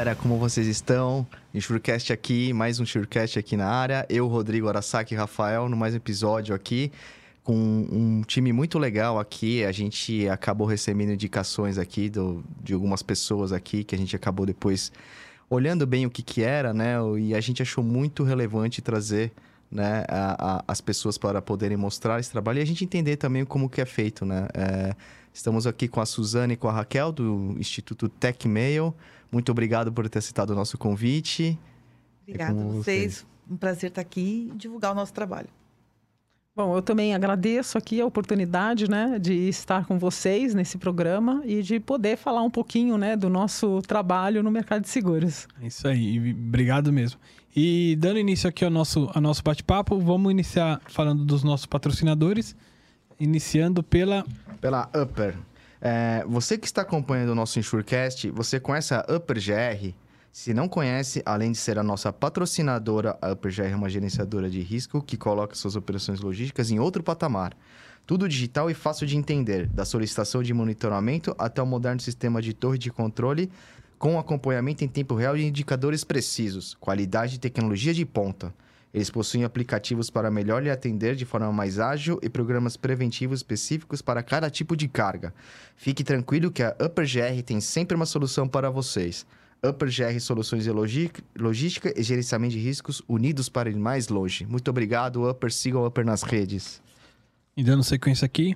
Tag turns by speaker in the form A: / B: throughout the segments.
A: área, como vocês estão? Insurecast aqui, mais um Insurecast aqui na área. Eu, Rodrigo Arasaki e Rafael, no mais um episódio aqui, com um time muito legal aqui. A gente acabou recebendo indicações aqui de algumas pessoas aqui, que a gente acabou depois olhando bem o que era, né? E a gente achou muito relevante trazer, né, as pessoas para poderem mostrar esse trabalho e a gente entender também como que é feito, né? Estamos aqui com a Suzana e com a Raquel, do Instituto TechMail. Muito obrigado por ter aceitado o nosso convite.
B: Obrigada a vocês. Um prazer estar aqui e divulgar o nosso trabalho.
C: Bom, eu também agradeço aqui a oportunidade, né, de estar com vocês nesse programa e de poder falar um pouquinho, né, do nosso trabalho no mercado de seguros.
D: É isso aí, obrigado mesmo. E dando início aqui ao nosso bate-papo, vamos iniciar falando dos nossos patrocinadores, iniciando pela
A: Upper. Você que está acompanhando o nosso Insurecast, você conhece a Upper GR? Se não conhece, além de ser a nossa patrocinadora, a Upper GR é uma gerenciadora de risco que coloca suas operações logísticas em outro patamar. Tudo digital e fácil de entender, da solicitação de monitoramento até o moderno sistema de torre de controle, com acompanhamento em tempo real e indicadores precisos, qualidade e tecnologia de ponta. Eles possuem aplicativos para melhor lhe atender de forma mais ágil e programas preventivos específicos para cada tipo de carga. Fique tranquilo que a Upper GR tem sempre uma solução para vocês. Upper GR Soluções de Logística e Gerenciamento de Riscos unidos para ir mais longe. Muito obrigado, Upper. Sigam o Upper nas redes.
D: E dando sequência aqui,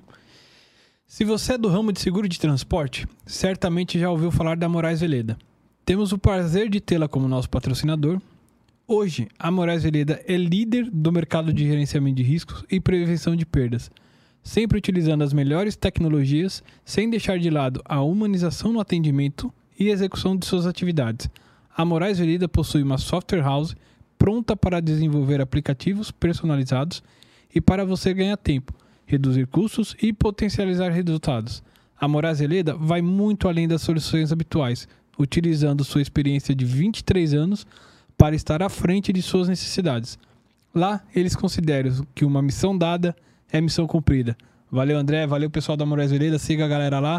D: se você é do ramo de seguro de transporte, certamente já ouviu falar da Moraes Veleda. Temos o prazer de tê-la como nosso patrocinador. Hoje, a Moraes Veleda é líder do mercado de gerenciamento de riscos e prevenção de perdas, sempre utilizando as melhores tecnologias, sem deixar de lado a humanização no atendimento e execução de suas atividades. A Moraes Veleda possui uma software house pronta para desenvolver aplicativos personalizados e para você ganhar tempo, reduzir custos e potencializar resultados. A Moraes Veleda vai muito além das soluções habituais, utilizando sua experiência de 23 anos para estar à frente de suas necessidades. Lá, eles consideram que uma missão dada é missão cumprida. Valeu, André. Valeu, pessoal da Moraes Veleda. Siga a galera lá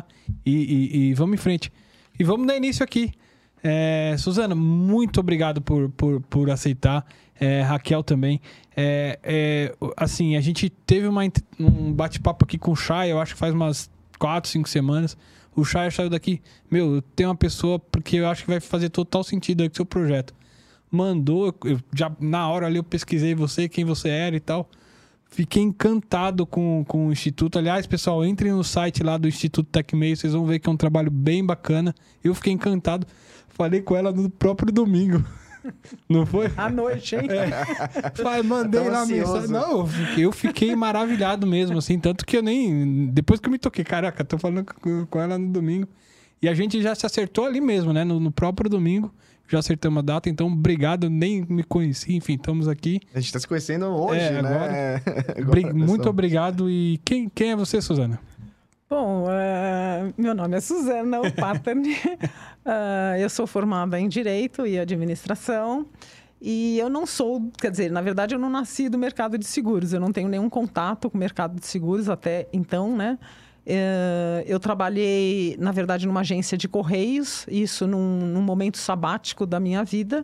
D: e vamos em frente. E vamos dar início aqui. Suzana, muito obrigado por aceitar. Raquel também. Assim, a gente teve um bate-papo aqui com o Chay, eu acho que faz umas 4, 5 semanas. O Chay saiu daqui. Eu tenho uma pessoa porque eu acho que vai fazer total sentido aí com o seu projeto. Mandou, eu já na hora ali eu pesquisei quem você era e tal. Fiquei encantado com o Instituto. Aliás, pessoal, entrem no site lá do Instituto TechMail, vocês vão ver que é um trabalho bem bacana. Eu fiquei encantado. Falei com ela no próprio domingo. Não foi?
C: À noite, hein?
D: Mandei lá a mensagem. Não, eu fiquei maravilhado mesmo, assim. Tanto que eu nem... Depois que eu me toquei, caraca, tô falando com ela no domingo. E a gente já se acertou ali mesmo, né? No próprio domingo. Já acertamos a data, então obrigado, nem me conheci, enfim, estamos aqui.
A: A gente está se conhecendo hoje, né?
D: Agora muito obrigado. E quem é você, Suzana?
C: Bom, meu nome é Suzana Pattern. Eu sou formada em Direito e Administração. E eu não sou, quer dizer, na verdade eu não nasci do mercado de seguros. Eu não tenho nenhum contato com o mercado de seguros até então, né? Eu trabalhei, na verdade, numa agência de correios, isso num momento sabático da minha vida,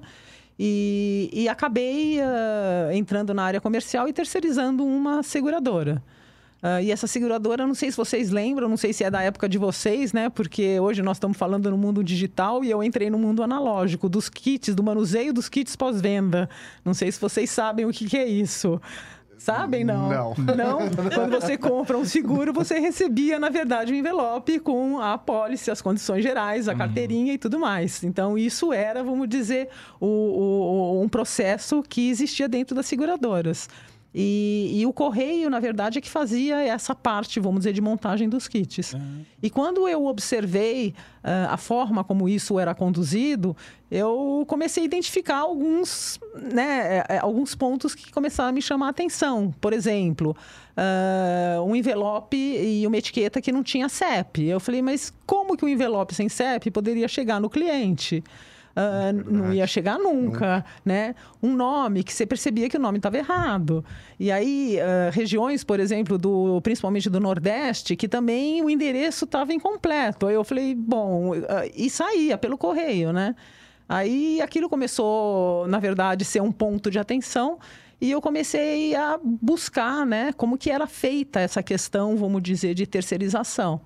C: e acabei entrando na área comercial e terceirizando uma seguradora. E essa seguradora, não sei se vocês lembram, não sei se é da época de vocês, né? Porque hoje nós estamos falando no mundo digital e eu entrei no mundo analógico, dos kits, do manuseio dos kits pós-venda. Não sei se vocês sabem o que é isso. Sabem? Não. Não? Quando você compra um seguro, você recebia, na verdade, um envelope com a apólice, as condições gerais, a carteirinha e tudo mais. Então, isso era, vamos dizer, um processo que existia dentro das seguradoras. E o correio, na verdade, é que fazia essa parte, vamos dizer, de montagem dos kits. E quando eu observei a forma como isso era conduzido, eu comecei a identificar alguns pontos que começaram a me chamar a atenção. Por exemplo, um envelope e uma etiqueta que não tinha CEP. Eu falei, mas como que um envelope sem CEP poderia chegar no cliente? Não ia chegar nunca, né? Um nome que você percebia que o nome estava errado. E aí, regiões, por exemplo, principalmente do Nordeste, que também o endereço estava incompleto. Aí eu falei, bom, e saía pelo correio, né? Aí aquilo começou, na verdade, ser um ponto de atenção e eu comecei a buscar, né, como que era feita essa questão, vamos dizer, de terceirização.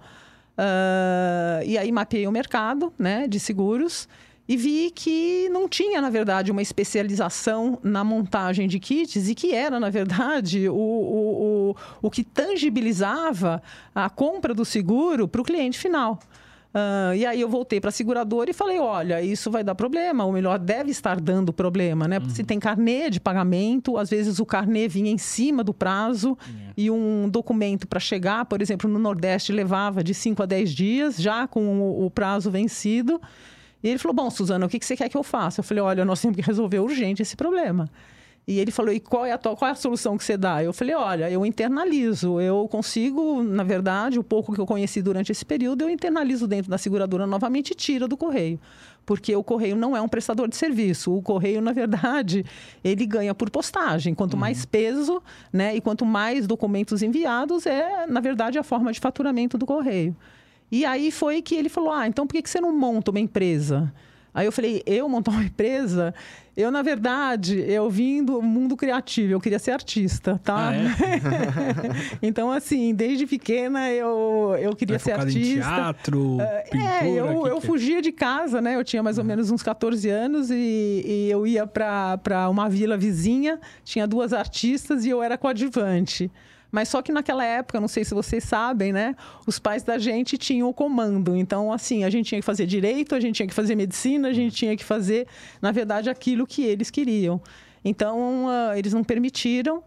C: E aí mapeei o mercado, né, de seguros e vi que não tinha, na verdade, uma especialização na montagem de kits e que era, na verdade, o que tangibilizava a compra do seguro para o cliente final. E aí eu voltei para a seguradora e falei, olha, isso vai dar problema, ou melhor, deve estar dando problema, né? Porque se tem carnê de pagamento, às vezes o carnê vinha em cima do prazo e um documento para chegar, por exemplo, no Nordeste levava de 5 a 10 dias, já com o prazo vencido. E ele falou, bom, Suzana, o que você quer que eu faça? Eu falei, olha, nós temos que resolver urgente esse problema. E ele falou, e qual é a solução que você dá? Eu falei, olha, eu internalizo, eu consigo, na verdade, o pouco que eu conheci durante esse período, eu internalizo dentro da seguradora novamente e tiro do correio. Porque o correio não é um prestador de serviço. O correio, na verdade, ele ganha por postagem. Quanto mais peso, né, e quanto mais documentos enviados, é, na verdade, a forma de faturamento do correio. E aí foi que ele falou, então por que você não monta uma empresa? Aí eu falei, eu montar uma empresa? Eu, na verdade, eu vim do mundo criativo, eu queria ser artista, tá? Então, assim, desde pequena eu queria ser artista.
D: Em teatro, pintura?
C: Eu fugia de casa, né? Eu tinha mais ou menos uns 14 anos e eu ia para uma vila vizinha, tinha 2 artistas e eu era coadjuvante. Mas só que naquela época, não sei se vocês sabem, né? Os pais da gente tinham o comando. Então, assim, a gente tinha que fazer direito, a gente tinha que fazer medicina, a gente tinha que fazer, na verdade, aquilo que eles queriam. Então, eles não permitiram.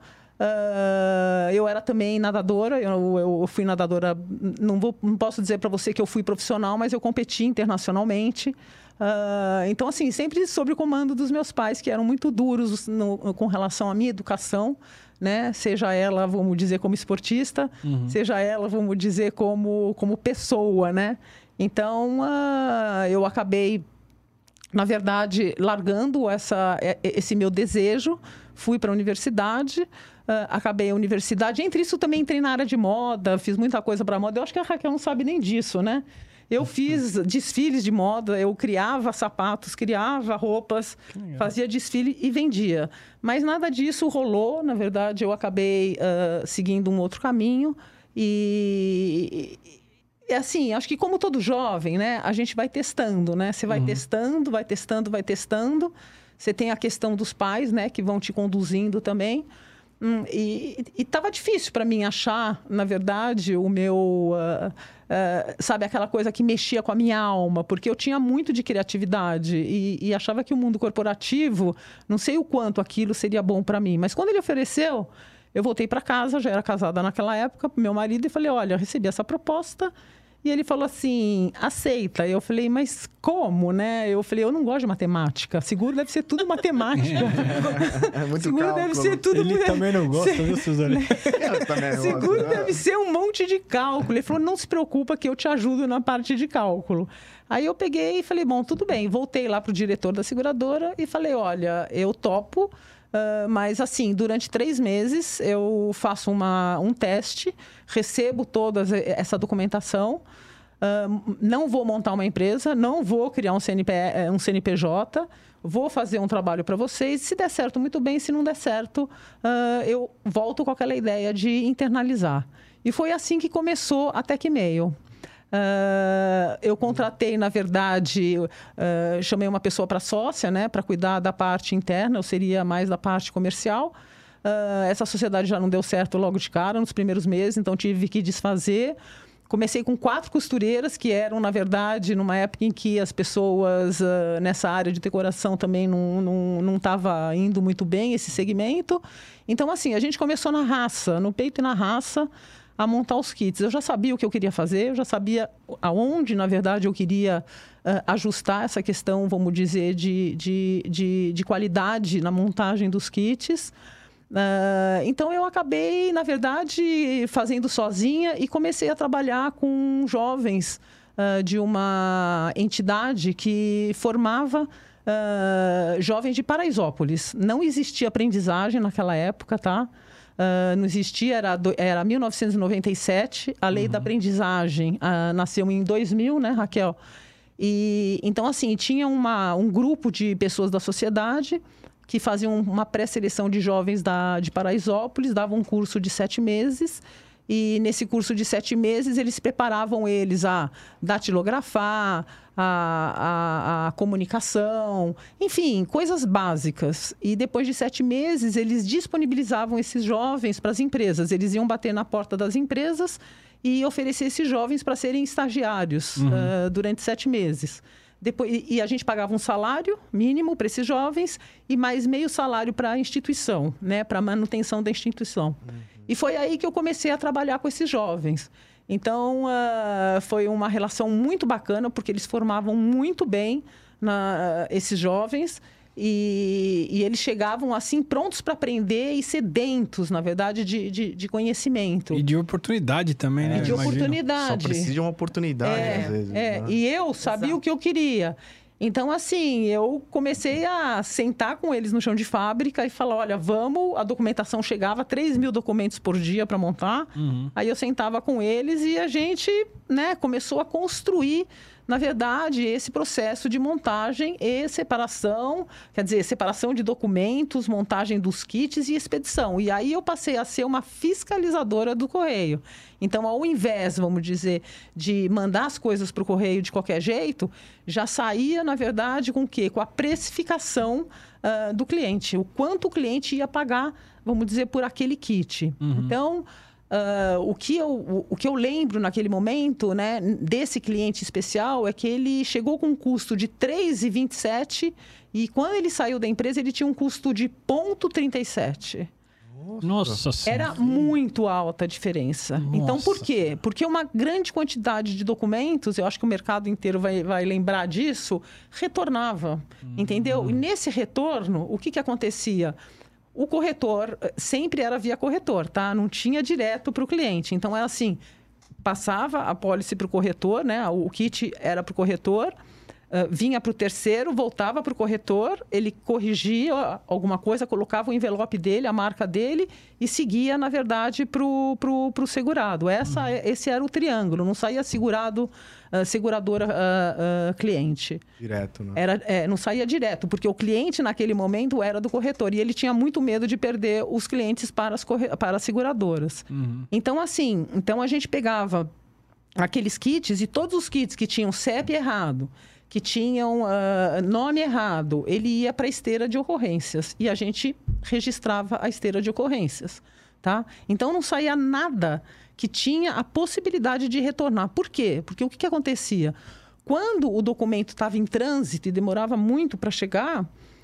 C: Eu era também nadadora, eu fui nadadora, não posso dizer para você que eu fui profissional, mas eu competi internacionalmente. Então, assim, sempre sob o comando dos meus pais, que eram muito duros com relação à minha educação, né? Seja ela, vamos dizer, como esportista, seja ela, vamos dizer, como pessoa, né? Então, eu acabei, na verdade, largando esse meu desejo, fui para a universidade, acabei a universidade. Entre isso, também entrei na área de moda, fiz muita coisa para moda. Eu acho que a Raquel não sabe nem disso, né? Eu fiz desfiles de moda, eu criava sapatos, criava roupas, fazia desfile e vendia. Mas nada disso rolou, na verdade, eu acabei seguindo um outro caminho. E assim, acho que como todo jovem, né, a gente vai testando, né? Você vai testando, vai testando, vai testando. Você tem a questão dos pais, né, que vão te conduzindo também. E estava difícil para mim achar, na verdade, o meu... sabe, aquela coisa que mexia com a minha alma, porque eu tinha muito de criatividade e achava que o mundo corporativo, não sei o quanto aquilo seria bom para mim. Mas quando ele ofereceu, eu voltei para casa, já era casada naquela época, com meu marido, e falei, olha, eu recebi essa proposta. E ele falou assim, aceita. Eu falei, mas como, né? Eu falei, eu não gosto de matemática. Seguro deve ser tudo matemática.
A: É muito
C: seguro
A: cálculo.
C: deve ser tudo...
D: Ele também não gosta, viu, Suzana?
A: Eu também não
C: seguro
A: gosto.
C: deve ser um monte de cálculo. Ele falou, não se preocupa que eu te ajudo na parte de cálculo. Aí eu peguei e falei, bom, tudo bem. Voltei lá para o diretor da seguradora e falei, olha, eu topo... mas assim, durante 3 meses eu faço um teste, recebo toda essa documentação, não vou montar uma empresa, não vou criar um CNPJ, vou fazer um trabalho para vocês. Se der certo, muito bem. Se não der certo, eu volto com aquela ideia de internalizar. E foi assim que começou a TecMail. Eu contratei, na verdade, chamei uma pessoa para sócia, né, para cuidar da parte interna, eu seria mais da parte comercial. Essa sociedade já não deu certo logo de cara, nos primeiros meses, então tive que desfazer. Comecei com 4 costureiras, que eram, na verdade, numa época em que as pessoas nessa área de decoração também não estava indo muito bem, esse segmento. Então, assim, a gente começou na raça, no peito e na raça, a montar os kits. Eu já sabia o que eu queria fazer, eu já sabia aonde, na verdade, eu queria ajustar essa questão, vamos dizer, de qualidade na montagem dos kits. Então, eu acabei, na verdade, fazendo sozinha e comecei a trabalhar com jovens de uma entidade que formava jovens de Paraisópolis. Não existia aprendizagem naquela época, tá? Não existia, era 1997, a lei da aprendizagem nasceu em 2000, né, Raquel? E então, assim, tinha um grupo de pessoas da sociedade que faziam uma pré-seleção de jovens de Paraisópolis, davam um curso de 7 meses. E nesse curso de 7 meses, eles preparavam eles a datilografar, a comunicação, enfim, coisas básicas. E depois de 7 meses, eles disponibilizavam esses jovens para as empresas. Eles iam bater na porta das empresas e oferecer esses jovens para serem estagiários durante 7 meses. E a gente pagava um salário mínimo para esses jovens e mais meio salário para a instituição, né, para a manutenção da instituição. E foi aí que eu comecei a trabalhar com esses jovens. Então, foi uma relação muito bacana, porque eles formavam muito bem esses jovens. E eles chegavam assim prontos para aprender e sedentos, na verdade, de conhecimento.
D: E de oportunidade também, né?
C: De oportunidade.
A: Só precisa de uma oportunidade, às vezes. Né?
C: E eu sabia o que eu queria. Então, assim, eu comecei a sentar com eles no chão de fábrica e falar, olha, vamos... A documentação chegava, 3.000 documentos por dia para montar. Aí eu sentava com eles e a gente, né, começou a construir, na verdade, esse processo de montagem e separação, quer dizer, separação de documentos, montagem dos kits e expedição. E aí eu passei a ser uma fiscalizadora do correio. Então, ao invés, vamos dizer, de mandar as coisas para o correio de qualquer jeito, já saía, na verdade, com o quê? Com a precificação do cliente. O quanto o cliente ia pagar, vamos dizer, por aquele kit. Então... o que eu lembro naquele momento, né, desse cliente especial é que ele chegou com um custo de R$ 3,27 e quando ele saiu da empresa ele tinha um custo de 0,37.
D: Nossa Senhora.
C: Era muito alta a diferença.
D: Nossa.
C: Então, por quê? Porque uma grande quantidade de documentos, eu acho que o mercado inteiro vai lembrar disso, retornava, entendeu? E nesse retorno, o que acontecia? O corretor sempre era via corretor, tá? Não tinha direto para o cliente. Então, era assim, passava a pólice para o corretor, né? O kit era para o corretor, vinha para o terceiro, voltava para o corretor, ele corrigia alguma coisa, colocava o envelope dele, a marca dele e seguia, na verdade, para o segurado. Esse era o triângulo, não saía segurado, seguradora, cliente.
A: Direto, né?
C: Não saía direto, porque o cliente naquele momento era do corretor e ele tinha muito medo de perder os clientes para as seguradoras. Então, assim, a gente pegava aqueles kits e todos os kits que tinham CEP errado, que tinham nome errado, ele ia para a esteira de ocorrências e a gente registrava a esteira de ocorrências, tá? Então, não saía nada que tinha a possibilidade de retornar. Por quê? Porque o que acontecia? Quando o documento estava em trânsito e demorava muito para chegar,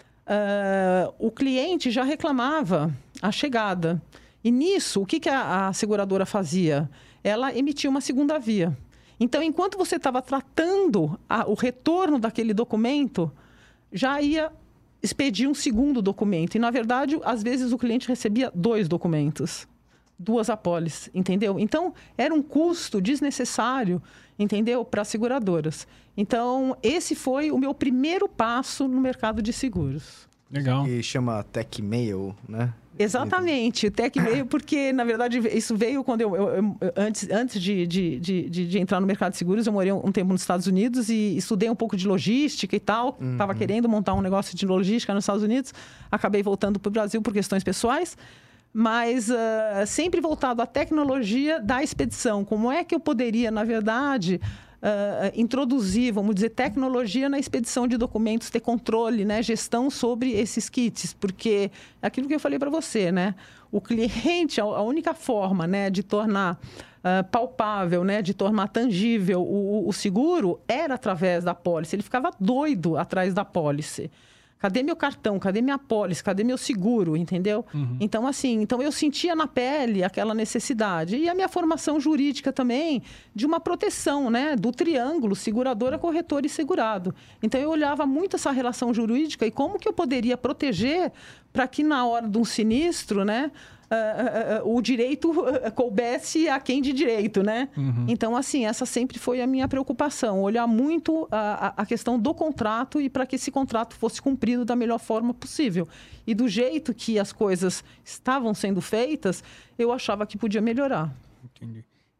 C: o cliente já reclamava a chegada. E nisso, o que a seguradora fazia? Ela emitia uma segunda via. Então, enquanto você estava tratando o retorno daquele documento, já ia expedir um segundo documento. E, na verdade, às vezes o cliente recebia 2 documentos, 2 apólices, entendeu? Então, era um custo desnecessário, entendeu? Para as seguradoras. Então, esse foi o meu primeiro passo no mercado de seguros.
D: Legal.
A: E chama TechMail, né?
C: Exatamente, o TechMail, porque, na verdade, isso veio quando antes de entrar no mercado de seguros, eu morei um tempo nos Estados Unidos e estudei um pouco de logística e tal. Estava querendo montar um negócio de logística nos Estados Unidos. Acabei voltando para o Brasil por questões pessoais, mas sempre voltado à tecnologia da expedição. Como é que eu poderia, na verdade... introduzir, vamos dizer, tecnologia na expedição de documentos, ter controle, né, gestão sobre esses kits, porque é aquilo que eu falei para você, né, o cliente, a única forma, né, de tornar palpável, né, de tornar tangível o seguro era através da pólice. Ele ficava doido atrás da pólice. Cadê meu cartão? Cadê minha pólice? Cadê meu seguro? Entendeu? Então, assim, eu sentia na pele aquela necessidade. E a minha formação jurídica também de uma proteção, né? Do triângulo, seguradora, corretor e segurado. Então, eu olhava muito essa relação jurídica e como que eu poderia proteger para que na hora de um sinistro, né? O direito coubesse a quem de direito, né? Então, assim, essa sempre foi a minha preocupação, olhar muito a questão do contrato e para que esse contrato fosse cumprido da melhor forma possível. E do jeito que as coisas estavam sendo feitas, eu achava que podia melhorar.
D: Entendi.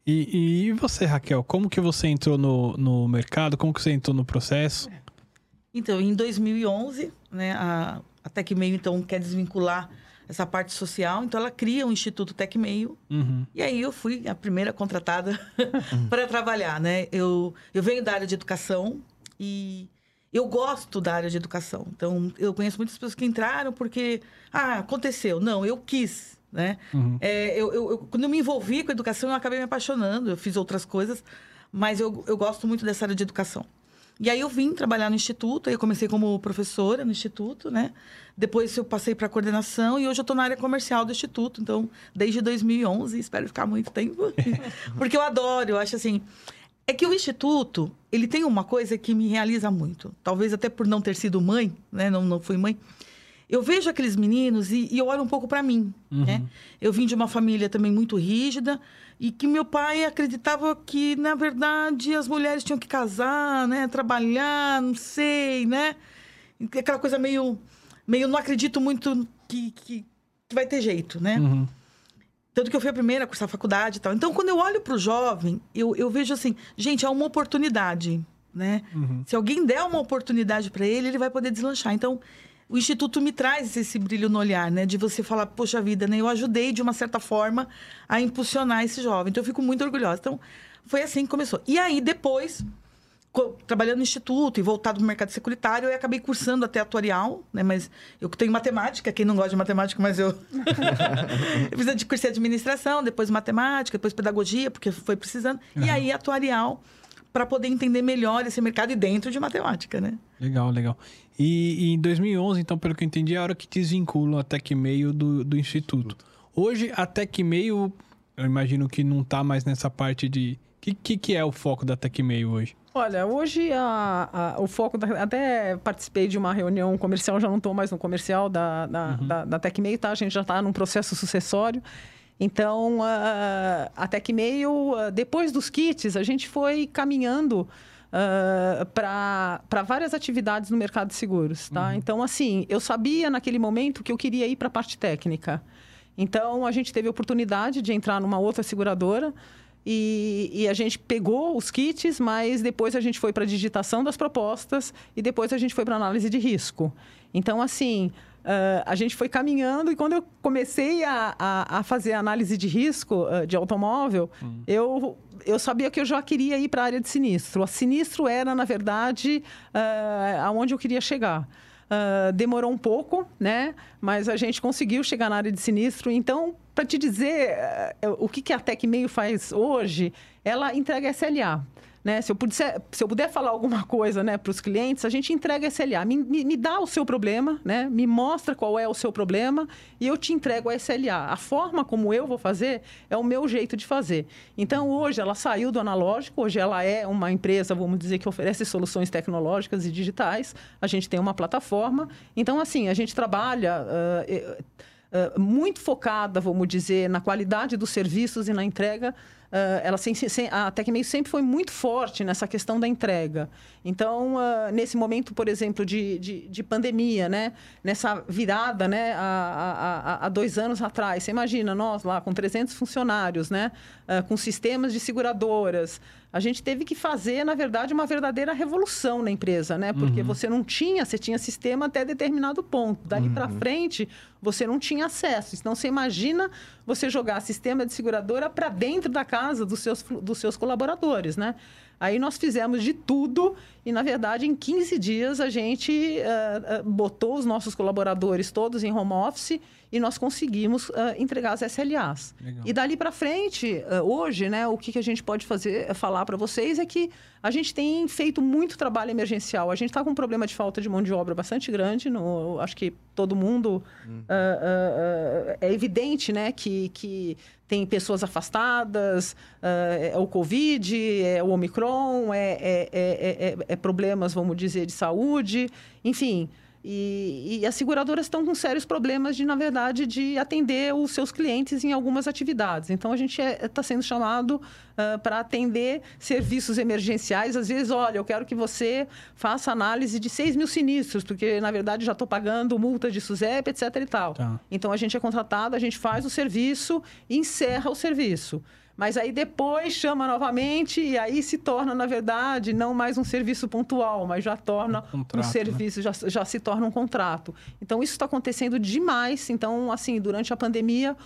D: E você, Raquel, como que você entrou no mercado? Como que você entrou no processo?
B: Então, em 2011, né, a Tecmeio, então, quer desvincular essa parte social. Então, ela cria o Instituto Tecmeio. E aí, eu fui a primeira contratada para trabalhar, né? Eu venho da área de educação e eu gosto da área de educação. Então, eu conheço muitas pessoas que entraram porque... aconteceu. Não, eu quis, né? Quando eu me envolvi com a educação, eu acabei me apaixonando. Eu fiz outras coisas, mas eu gosto muito dessa área de educação. E aí eu vim trabalhar no Instituto, aí eu comecei como professora no Instituto, né? Depois eu passei para coordenação e hoje eu estou na área comercial do Instituto. Então, desde 2011, espero ficar muito tempo. Porque eu adoro, eu acho assim... É que o Instituto, ele tem uma coisa que me realiza muito. Talvez até por não ter sido mãe, né? Não fui mãe. Eu vejo aqueles meninos e eu olho um pouco para mim, né? Eu vim de uma família também muito rígida e que meu pai acreditava que, na verdade, as mulheres tinham que casar, né? Trabalhar, não sei, né? Aquela coisa meio não acredito muito que vai ter jeito, né? Tanto que eu fui a primeira a cursar faculdade e tal. Então, quando eu olho para o jovem, eu vejo assim, gente, é uma oportunidade, né? Se alguém der uma oportunidade para ele, ele vai poder deslanchar. Então, o Instituto me traz esse brilho no olhar, né? De você falar, poxa vida, né? Eu ajudei, de uma certa forma, a impulsionar esse jovem. Então, eu fico muito orgulhosa. Então, foi assim que começou. E aí, depois, trabalhando no Instituto e voltado para o mercado securitário, eu acabei cursando até atuarial, né? Mas eu tenho matemática, quem não gosta de matemática, mas eu... eu fiz de curso de administração, depois matemática, depois pedagogia, porque foi precisando. E aí, atuarial, para poder entender melhor esse mercado e dentro de matemática, né?
D: Legal, legal. E em 2011, então, pelo que eu entendi, é a hora que desvinculam a Tecmeio do Instituto. Hoje, a Tecmeio, eu imagino que não está mais nessa parte de... O que é o foco da Tecmeio hoje?
C: Olha, hoje o foco... Até participei de uma reunião comercial, já não estou mais no comercial da Tecmeio, tá? A gente já está num processo sucessório. Então, a Tecmeio, depois dos kits, a gente foi caminhando para várias atividades no mercado de seguros, tá? Então, assim, eu sabia naquele momento que eu queria ir para a parte técnica. Então, a gente teve a oportunidade de entrar numa outra seguradora e a gente pegou os kits, mas depois a gente foi para a digitação das propostas e depois a gente foi para análise de risco. Então, assim... a gente foi caminhando e quando eu comecei a fazer a análise de risco de automóvel, eu sabia que eu já queria ir para a área de sinistro. A sinistro era, na verdade, aonde eu queria chegar. Demorou um pouco, né? Mas a gente conseguiu chegar na área de sinistro. Então, para te dizer o que a Tecmeio faz hoje, ela entrega SLA. Né? Se eu puder falar alguma coisa, né, para os clientes, a gente entrega SLA. Me dá o seu problema, né? Me mostra qual é o seu problema e eu te entrego a SLA. A forma como eu vou fazer é o meu jeito de fazer. Então, hoje, ela saiu do analógico. Hoje, ela é uma empresa, vamos dizer, que oferece soluções tecnológicas e digitais. A gente tem uma plataforma. Então, assim, a gente trabalha... muito focada, vamos dizer, na qualidade dos serviços e na entrega. A Tecmeio sempre foi muito forte nessa questão da entrega. Então, nesse momento, por exemplo, de pandemia, né? Nessa virada, né? Há 2 anos atrás, você imagina, nós lá com 300 funcionários, né? Com sistemas de seguradoras. A gente teve que fazer, na verdade, uma verdadeira revolução na empresa, né? Porque você tinha sistema até determinado ponto. Dali para frente, você não tinha acesso. Então, você imagina você jogar sistema de seguradora para dentro da casa dos seus colaboradores, né? Aí nós fizemos de tudo e, na verdade, em 15 dias a gente botou os nossos colaboradores todos em home office e nós conseguimos entregar as SLAs. Legal. E dali para frente, hoje, né, o que a gente pode falar para vocês é que a gente tem feito muito trabalho emergencial. A gente está com um problema de falta de mão de obra bastante grande. Acho que todo mundo... é evidente, né, que tem pessoas afastadas, é o Covid, é o Omicron, é problemas, vamos dizer, de saúde, enfim... E as seguradoras estão com sérios problemas na verdade, de atender os seus clientes em algumas atividades. Então, a gente está sendo chamado para atender serviços emergenciais. Às vezes, olha, eu quero que você faça análise de 6 mil sinistros, porque, na verdade, já estou pagando multa de SUSEP, etc. e tal. Tá. Então, a gente é contratado, a gente faz o serviço e encerra o serviço. Mas aí depois chama novamente e aí se torna, na verdade, não mais um serviço pontual, mas já torna um serviço, né? já se torna um contrato. Então, isso está acontecendo demais. Então, assim, durante a pandemia,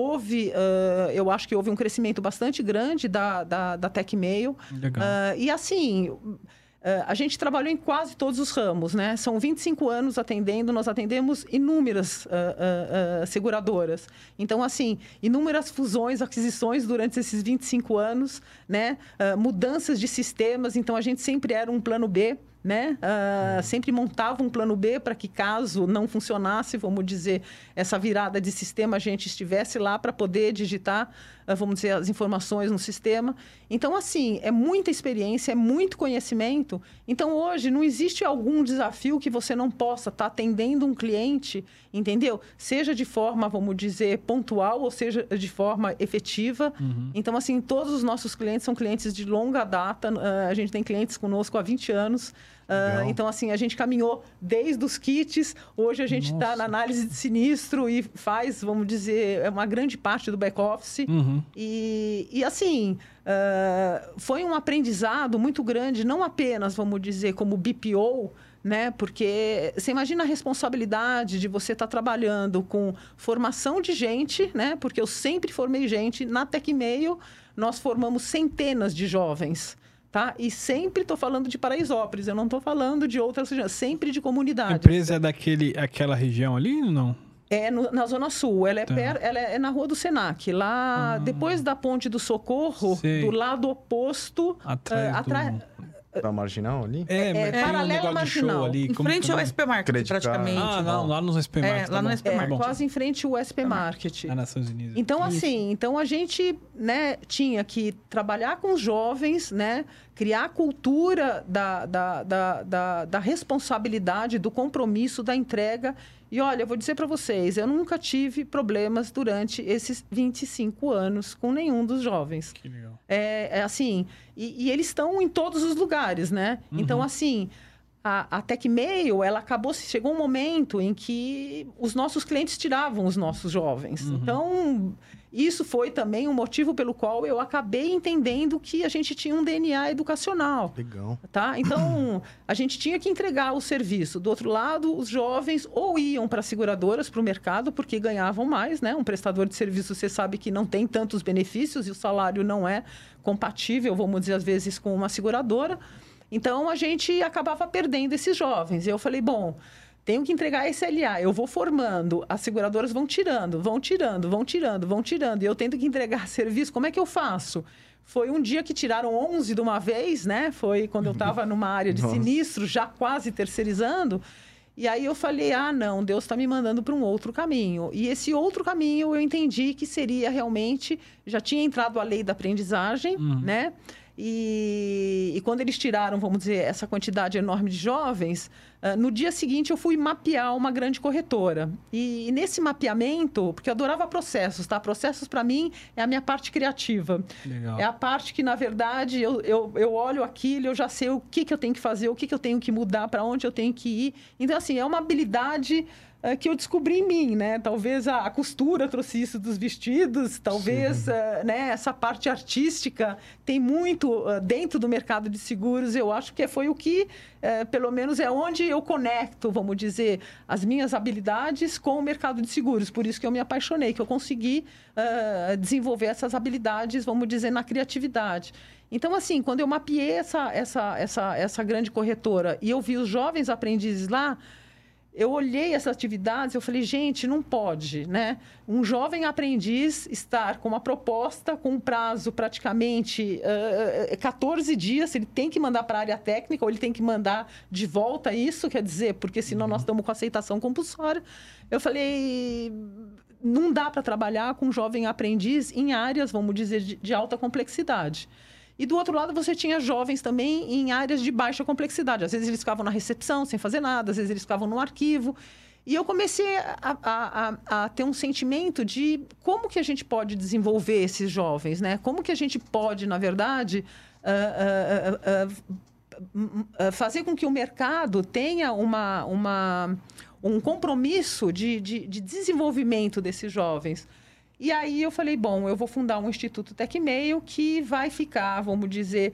C: eu acho que houve um crescimento bastante grande da Tecmail.
D: Legal.
C: E, assim... a gente trabalhou em quase todos os ramos, né? São 25 anos atendendo, nós atendemos inúmeras seguradoras. Então, assim, inúmeras fusões, aquisições durante esses 25 anos, né? Mudanças de sistemas, então a gente sempre era um plano B, né? Sempre montava um plano B para que, caso não funcionasse, vamos dizer, essa virada de sistema, a gente estivesse lá para poder digitar, vamos dizer, as informações no sistema. Então, assim, é muita experiência, é muito conhecimento. Então, hoje, não existe algum desafio que você não possa estar atendendo um cliente, entendeu? Seja de forma, vamos dizer, pontual ou seja de forma efetiva. Então, assim, todos os nossos clientes são clientes de longa data. A gente tem clientes conosco há 20 anos. Então, assim, a gente caminhou desde os kits. Hoje a gente está na análise de sinistro e faz, vamos dizer, uma grande parte do back-office. E assim, foi um aprendizado muito grande, não apenas, vamos dizer, como BPO, né? Porque você imagina a responsabilidade de você estar trabalhando com formação de gente, né? Porque eu sempre formei gente. Na Tecmail, nós formamos centenas de jovens. Tá? E sempre estou falando de Paraisópolis, eu não estou falando de outras regiões, sempre de comunidades.
D: A empresa é aquela região ali ou não?
C: É na Zona Sul, ela é na Rua do Senac, lá depois da Ponte do Socorro, do lado oposto.
D: Atrás
A: Da Marginal ali?
C: Paralela Marginal.
B: Ali, em frente ao SP Market, praticamente.
D: Lá no SP Market.
C: Lá no SP Market. Quase em frente ao SP Market.
D: Nações Unidas.
C: Então, assim, a gente, né, tinha que trabalhar com os jovens, né, criar a cultura da responsabilidade, do compromisso, da entrega. E, olha, eu vou dizer para vocês, eu nunca tive problemas durante esses 25 anos com nenhum dos jovens.
D: Que legal.
C: Assim, e eles estão em todos os lugares, né? Então, assim, a Tecmail, chegou um momento em que os nossos clientes tiravam os nossos jovens. Então, isso foi também um motivo pelo qual eu acabei entendendo que a gente tinha um DNA educacional.
A: Legal.
C: Tá? Então, a gente tinha que entregar o serviço. Do outro lado, os jovens ou iam para seguradoras, para o mercado, porque ganhavam mais, né? Um prestador de serviço, você sabe que não tem tantos benefícios e o salário não é compatível, vamos dizer, às vezes, com uma seguradora. Então, a gente acabava perdendo esses jovens. E eu falei, bom, tenho que entregar SLA. Eu vou formando, as seguradoras vão tirando. E eu tendo que entregar serviço. Como é que eu faço? Foi um dia que tiraram 11 de uma vez, né? Foi quando eu estava numa área de sinistro, já quase terceirizando. E aí eu falei, não, Deus está me mandando para um outro caminho. E esse outro caminho eu entendi que seria realmente... Já tinha entrado a lei da aprendizagem, né? E quando eles tiraram, vamos dizer, essa quantidade enorme de jovens, no dia seguinte eu fui mapear uma grande corretora. E nesse mapeamento, porque eu adorava processos, tá? Processos, para mim, é a minha parte criativa.
D: Legal.
C: É a parte que, na verdade, eu olho aquilo e eu já sei o que eu tenho que fazer, o que eu tenho que mudar, para onde eu tenho que ir. Então, assim, é uma habilidade... que eu descobri em mim, né? Talvez a costura trouxe isso dos vestidos, talvez né, essa parte artística tem muito dentro do mercado de seguros. Eu acho que foi o que, pelo menos, é onde eu conecto, vamos dizer, as minhas habilidades com o mercado de seguros. Por isso que eu me apaixonei, que eu consegui desenvolver essas habilidades, vamos dizer, na criatividade. Então, assim, quando eu mapeei essa grande corretora e eu vi os jovens aprendizes lá, eu olhei essas atividades e eu falei, gente, não pode, né? Um jovem aprendiz estar com uma proposta com um prazo praticamente 14 dias, ele tem que mandar para a área técnica ou ele tem que mandar de volta isso, quer dizer, porque senão nós estamos com aceitação compulsória. Eu falei, não dá para trabalhar com um jovem aprendiz em áreas, vamos dizer, de alta complexidade. E do outro lado, você tinha jovens também em áreas de baixa complexidade. Às vezes eles ficavam na recepção sem fazer nada, às vezes eles ficavam no arquivo. E eu comecei a ter um sentimento de como que a gente pode desenvolver esses jovens, né? Como que a gente pode, na verdade, fazer com que o mercado tenha um compromisso de desenvolvimento desses jovens. E aí eu falei, bom, eu vou fundar um Instituto Tecmeio que vai ficar, vamos dizer,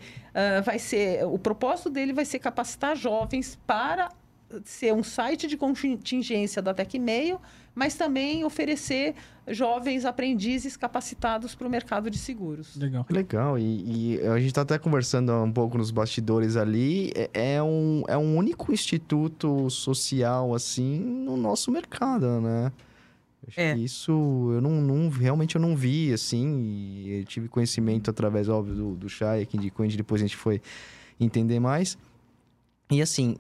C: o propósito dele vai ser capacitar jovens para ser um site de contingência da Tecmeio, mas também oferecer jovens aprendizes capacitados para o mercado de seguros.
D: Legal.
A: Legal. E a gente está até conversando um pouco nos bastidores ali. É um único instituto social, assim, no nosso mercado, né? Acho que isso realmente eu não vi, assim. E eu tive conhecimento através, óbvio, do Chay, que indicou, e depois a gente foi entender mais. E assim,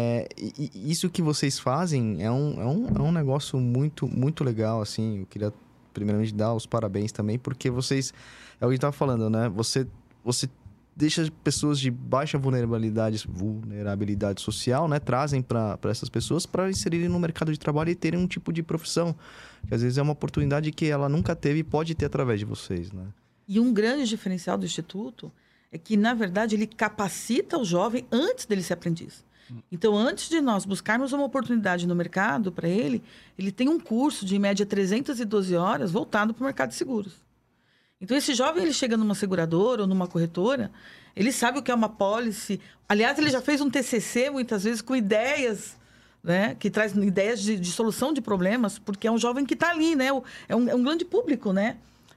A: isso que vocês fazem é um negócio muito, muito legal, assim. Eu queria primeiramente dar os parabéns também, porque vocês... É o que a gente estava falando, né? Você deixa pessoas de baixa vulnerabilidade social, né? Trazem para essas pessoas para inserirem no mercado de trabalho e terem um tipo de profissão. Que às vezes é uma oportunidade que ela nunca teve e pode ter através de vocês, né?
B: E um grande diferencial do Instituto é que, na verdade, ele capacita o jovem antes dele ser aprendiz. Então, antes de nós buscarmos uma oportunidade no mercado para ele tem um curso de, em média, 312 horas voltado para o mercado de seguros. Então, esse jovem, ele chega numa seguradora ou numa corretora, ele sabe o que é uma pólice. Aliás, ele já fez um TCC, muitas vezes, com ideias, né? Que traz ideias de solução de problemas, porque é um jovem que está ali, né? É um grande público, né?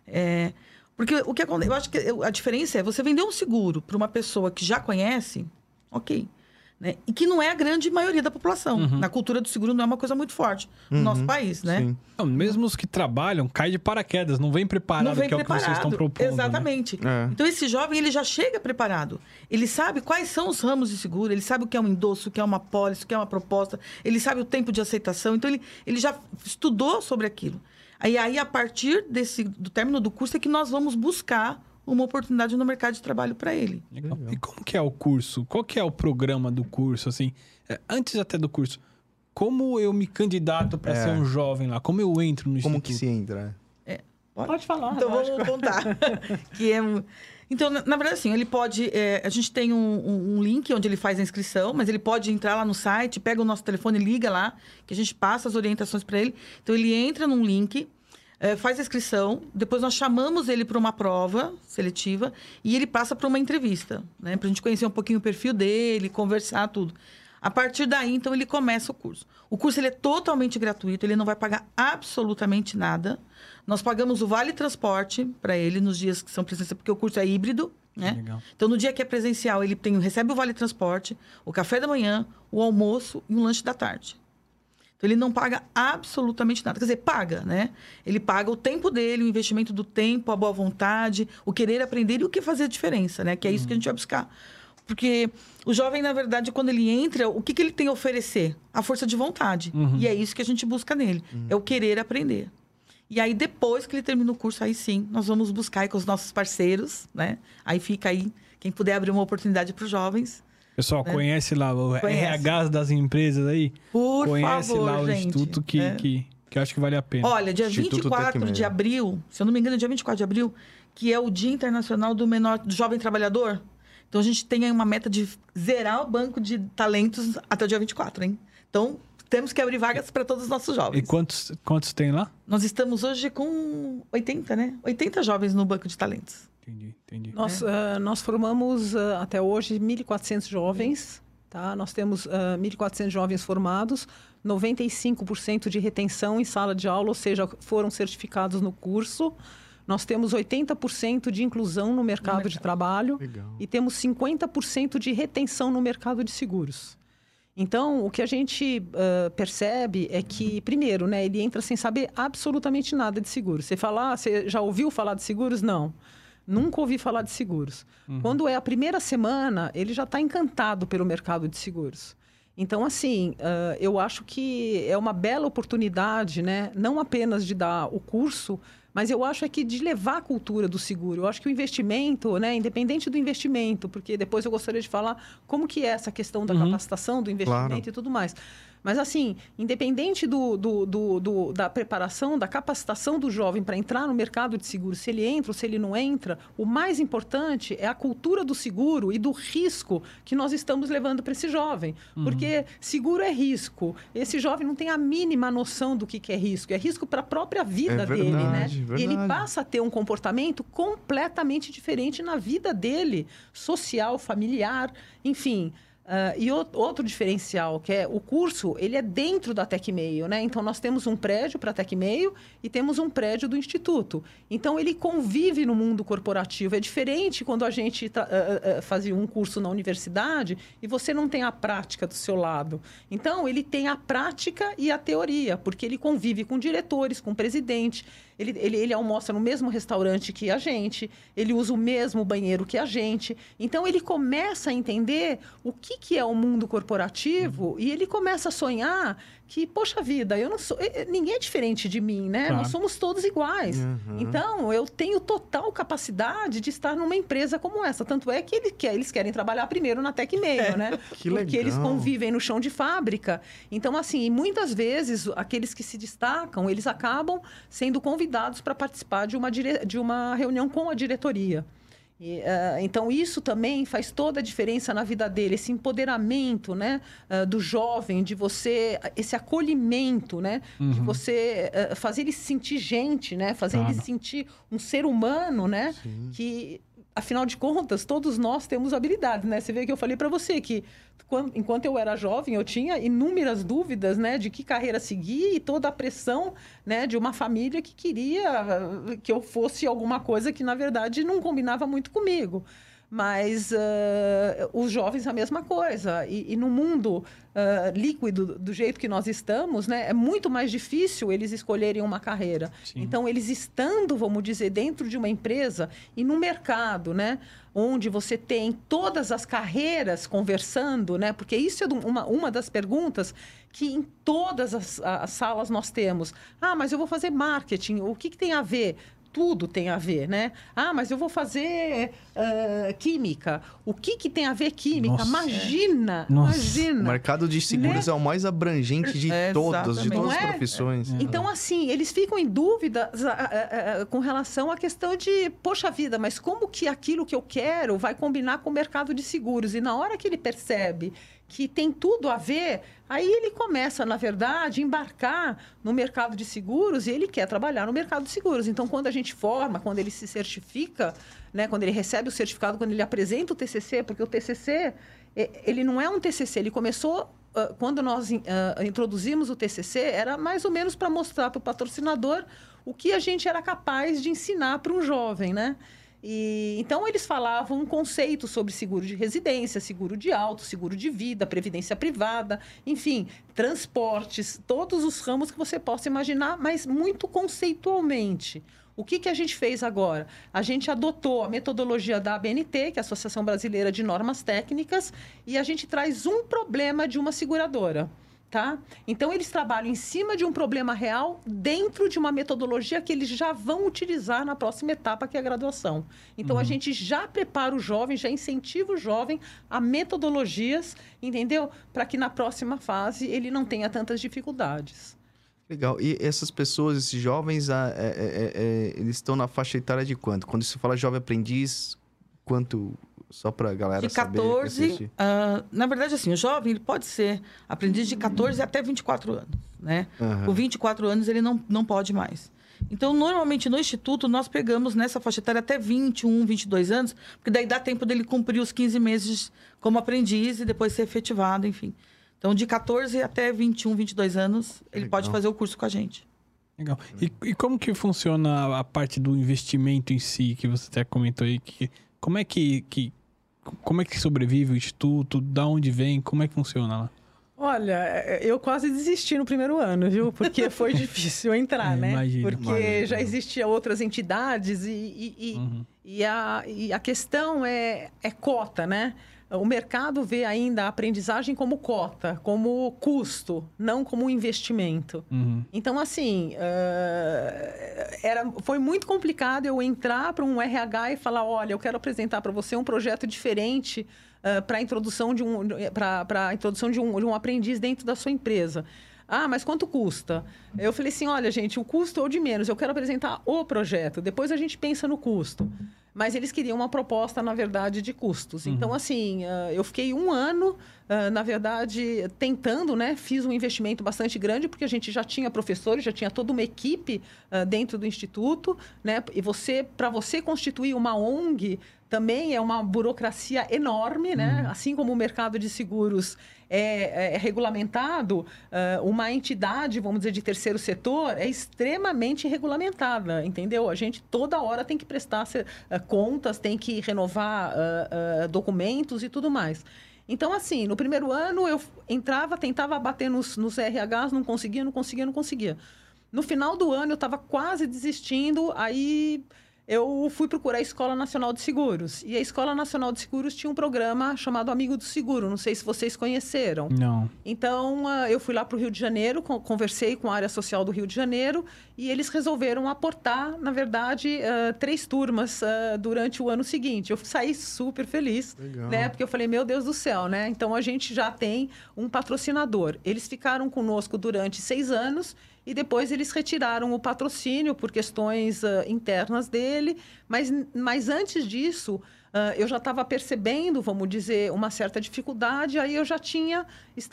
B: Porque o que acontece, eu acho que a diferença é você vender um seguro para uma pessoa que já conhece, ok, né? E que não é a grande maioria da população. Na cultura do seguro não é uma coisa muito forte no nosso país, né?
A: Sim.
D: Não, mesmo os que trabalham, cai de paraquedas, não vem preparado, que é o que vocês estão propondo.
B: Exatamente.
A: Né?
B: Então, esse jovem, ele já chega preparado. Ele sabe quais são os ramos de seguro, ele sabe o que é um endosso, o que é uma pólice, o que é uma proposta, ele sabe o tempo de aceitação. Então, ele já estudou sobre aquilo. Aí, a partir do término do curso, é que nós vamos buscar uma oportunidade no mercado de trabalho para ele.
D: Legal. E como que é o curso? Qual que é o programa do curso? Assim, antes até do curso, como eu me candidato para ser um jovem lá? Como eu entro no
A: Como
D: instituto?
A: que se entra?
C: Pode falar.
B: Então, vamos contar. Então, na verdade, assim, ele pode... a gente tem um link onde ele faz a inscrição, mas ele pode entrar lá no site, pega o nosso telefone, liga lá, que a gente passa as orientações para ele. Então, ele entra num link, faz a inscrição, depois nós chamamos ele para uma prova seletiva e ele passa para uma entrevista, né? Para a gente conhecer um pouquinho o perfil dele, conversar, tudo. A partir daí, então, ele começa o curso. O curso ele é totalmente gratuito, ele não vai pagar absolutamente nada. Nós pagamos o vale transporte para ele nos dias que são presenciais, porque o curso é híbrido, né?
D: Legal.
B: Então, no dia que é presencial, ele recebe o vale transporte, o café da manhã, o almoço e um lanche da tarde. Então, ele não paga absolutamente nada. Quer dizer, paga, né? Ele paga o tempo dele, o investimento do tempo, a boa vontade, o querer aprender e o que fazer a diferença, né? Que é isso que a gente vai buscar. Porque o jovem, na verdade, quando ele entra, o que ele tem a oferecer? A força de vontade. E é isso que a gente busca nele. É o querer aprender. E aí, depois que ele termina o curso, aí sim, nós vamos buscar aí com os nossos parceiros, né? Aí fica aí, quem puder abrir uma oportunidade para os jovens.
D: Pessoal,
B: né?
D: Conhece lá o RH das empresas aí?
B: Por
D: Conhece
B: favor,
D: lá o
B: gente.
D: instituto que eu acho que vale a pena.
B: Olha, dia
A: Instituto
B: 24
A: Tecmeio.
B: de abril, se eu não me engano, é dia 24 de abril, que é o Dia Internacional do Jovem Trabalhador. Então, a gente tem aí uma meta de zerar o banco de talentos até o dia 24, hein? Então, temos que abrir vagas para todos os nossos jovens.
D: E quantos tem lá?
B: Nós estamos hoje com 80, né? 80 jovens no banco de talentos.
D: Entendi.
C: Nós formamos até hoje 1.400 jovens, tá? Nós temos 1.400 jovens formados, 95% de retenção em sala de aula, ou seja, foram certificados no curso. Nós temos 80% de inclusão no mercado de trabalho.
A: Legal.
C: E temos 50% de retenção no mercado de seguros. Então, o que a gente percebe é que, primeiro, né, ele entra sem saber absolutamente nada de seguros. Você já ouviu falar de seguros? Não. Nunca ouvi falar de seguros. Quando é a primeira semana, ele já está encantado pelo mercado de seguros. Então, assim, eu acho que é uma bela oportunidade, né? Não apenas de dar o curso, mas eu acho que de levar a cultura do seguro. Eu acho que o investimento, né, independente do investimento, porque depois eu gostaria de falar como que é essa questão da capacitação, do investimento e tudo mais. Mas, assim, independente da preparação, da capacitação do jovem para entrar no mercado de seguro, se ele entra ou se ele não entra, o mais importante é a cultura do seguro e do risco que nós estamos levando para esse jovem. Porque seguro é risco. Esse jovem não tem a mínima noção do que é risco. É risco para a própria vida dele, né?
A: Verdade.
C: E ele passa a ter um comportamento completamente diferente na vida dele, social, familiar, enfim. E outro diferencial, que é o curso, ele é dentro da Tecmeio, né? Então, nós temos um prédio para a Tecmeio e temos um prédio do Instituto. Então, ele convive no mundo corporativo. É diferente quando a gente fazia um curso na universidade e você não tem a prática do seu lado. Então, ele tem a prática e a teoria, porque ele convive com diretores, com presidente. Ele almoça no mesmo restaurante que a gente, ele usa o mesmo banheiro que a gente. Então, ele começa a entender o que é o mundo corporativo e ele começa a sonhar que, poxa vida, eu não sou, ninguém é diferente de mim, né? Claro. Nós somos todos iguais. Então, eu tenho total capacidade de estar numa empresa como essa. Tanto é que eles querem trabalhar primeiro na Tecmeio, né?
A: Que
C: porque
A: legal.
C: Eles convivem no chão de fábrica. Então, assim, muitas vezes, aqueles que se destacam, eles acabam sendo convidados para participar de uma reunião com a diretoria. Então, isso também faz toda a diferença na vida dele, esse empoderamento, né, do jovem, de você, esse acolhimento, né, de você fazer ele se sentir gente, né, fazer ele se sentir um ser humano, né, que, afinal de contas, todos nós temos habilidades, né? Você vê que eu falei para você que, enquanto eu era jovem, eu tinha inúmeras dúvidas, né, de que carreira seguir e toda a pressão, né, de uma família que queria que eu fosse alguma coisa que, na verdade, não combinava muito comigo. Mas os jovens, a mesma coisa. E no mundo líquido, do jeito que nós estamos, né, é muito mais difícil eles escolherem uma carreira. Sim. Então, eles estando, vamos dizer, dentro de uma empresa e no mercado, né, onde você tem todas as carreiras conversando, né, porque isso é uma das perguntas que em todas as salas nós temos. Ah, mas eu vou fazer marketing, o que tem a ver? Tudo tem a ver, né? Ah, mas eu vou fazer química. O que tem a ver química?
D: Nossa.
C: Imagina!
A: O mercado de seguros, né, é o mais abrangente de todas as profissões.
C: Então, assim, eles ficam em dúvida com relação à questão de, poxa vida, mas como que aquilo que eu quero vai combinar com o mercado de seguros? E na hora que ele percebe que tem tudo a ver, aí ele começa, na verdade, a embarcar no mercado de seguros e ele quer trabalhar no mercado de seguros. Então, quando a gente forma, quando ele se certifica, né, quando ele recebe o certificado, quando ele apresenta o TCC, porque o TCC, ele não é um TCC, ele começou... Quando nós introduzimos o TCC, era mais ou menos para mostrar para o patrocinador o que a gente era capaz de ensinar para um jovem, né? Então, eles falavam um conceito sobre seguro de residência, seguro de auto, seguro de vida, previdência privada, enfim, transportes, todos os ramos que você possa imaginar, mas muito conceitualmente. O que a gente fez agora? A gente adotou a metodologia da ABNT, que é a Associação Brasileira de Normas Técnicas, e a gente traz um problema de uma seguradora. Tá? Então, eles trabalham em cima de um problema real dentro de uma metodologia que eles já vão utilizar na próxima etapa, que é a graduação. Então, a gente já prepara o jovem, já incentiva o jovem a metodologias, entendeu? Para que na próxima fase ele não tenha tantas dificuldades.
A: Legal. E essas pessoas, esses jovens, eles estão na faixa etária de quanto? Quando se fala jovem aprendiz, quanto... Só para a galera
B: de 14,
A: saber.
B: Na verdade, assim, o jovem ele pode ser aprendiz de 14 até 24 anos, né? Com 24 anos, ele não pode mais. Então, normalmente, no Instituto, nós pegamos nessa faixa etária até 21, 22 anos, porque daí dá tempo dele cumprir os 15 meses como aprendiz e depois ser efetivado, enfim. Então, de 14 até 21, 22 anos, ele pode fazer o curso com a gente.
D: Legal. E como que funciona a parte do investimento em si, que você até comentou aí? Como é que sobrevive o Instituto? Da onde vem? Como é que funciona lá?
C: Olha, eu quase desisti no primeiro ano, viu? Porque foi difícil entrar, né? Porque já existiam outras entidades e a questão é cota, né? O mercado vê ainda a aprendizagem como cota, como custo, não como investimento. Então, assim, foi muito complicado eu entrar para um RH e falar, olha, eu quero apresentar para você um projeto diferente para a introdução de um aprendiz dentro da sua empresa. Ah, mas quanto custa? Eu falei assim, olha, gente, o custo é o de menos. Eu quero apresentar o projeto. Depois a gente pensa no custo. Mas eles queriam uma proposta, na verdade, de custos. Então, assim, eu fiquei 1 ano, na verdade, tentando, né? Fiz um investimento bastante grande, porque a gente já tinha professores, já tinha toda uma equipe dentro do Instituto, né? E para você constituir uma ONG, também é uma burocracia enorme, né? Assim como o mercado de seguros é regulamentado, uma entidade, vamos dizer, de terceiro setor é extremamente regulamentada, entendeu? A gente toda hora tem que prestar contas, tem que renovar documentos e tudo mais. Então, assim, no primeiro ano eu entrava, tentava bater nos RHs, não conseguia. No final do ano eu estava quase desistindo, aí eu fui procurar a Escola Nacional de Seguros. E a Escola Nacional de Seguros tinha um programa chamado Amigo do Seguro. Não sei se vocês conheceram.
D: Não.
C: Então, eu fui lá para o Rio de Janeiro, conversei com a área social do Rio de Janeiro e eles resolveram aportar, na verdade, 3 turmas durante o ano seguinte. Eu saí super feliz, né? Porque eu falei, meu Deus do céu, né? Então, a gente já tem um patrocinador. Eles ficaram conosco durante 6 anos e depois eles retiraram o patrocínio por questões internas dele. Mas antes disso, eu já estava percebendo, vamos dizer, uma certa dificuldade. Aí eu já tinha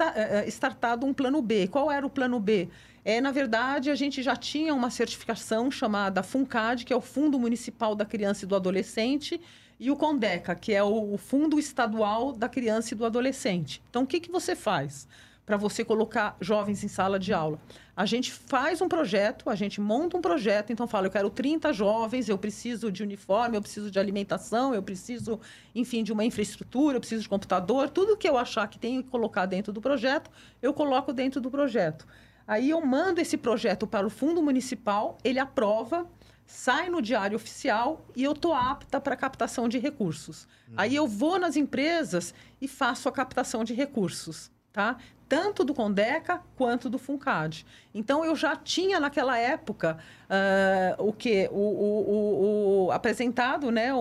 C: startado um plano B. Qual era o plano B? Na verdade, a gente já tinha uma certificação chamada FUNCAD, que é o Fundo Municipal da Criança e do Adolescente, e o CONDECA, que é o Fundo Estadual da Criança e do Adolescente. Então, o que você faz para você colocar jovens em sala de aula? A gente faz um projeto, a gente monta um projeto, então fala, eu quero 30 jovens, eu preciso de uniforme, eu preciso de alimentação, eu preciso, enfim, de uma infraestrutura, eu preciso de computador, tudo que eu achar que tenho que colocar dentro do projeto, eu coloco dentro do projeto. Aí eu mando esse projeto para o Fundo Municipal, ele aprova, sai no Diário Oficial e eu estou apta para captação de recursos. Aí eu vou nas empresas e faço a captação de recursos, tá? Tanto do CONDECA quanto do FUNCAD. Então, eu já tinha, naquela época, apresentado, né,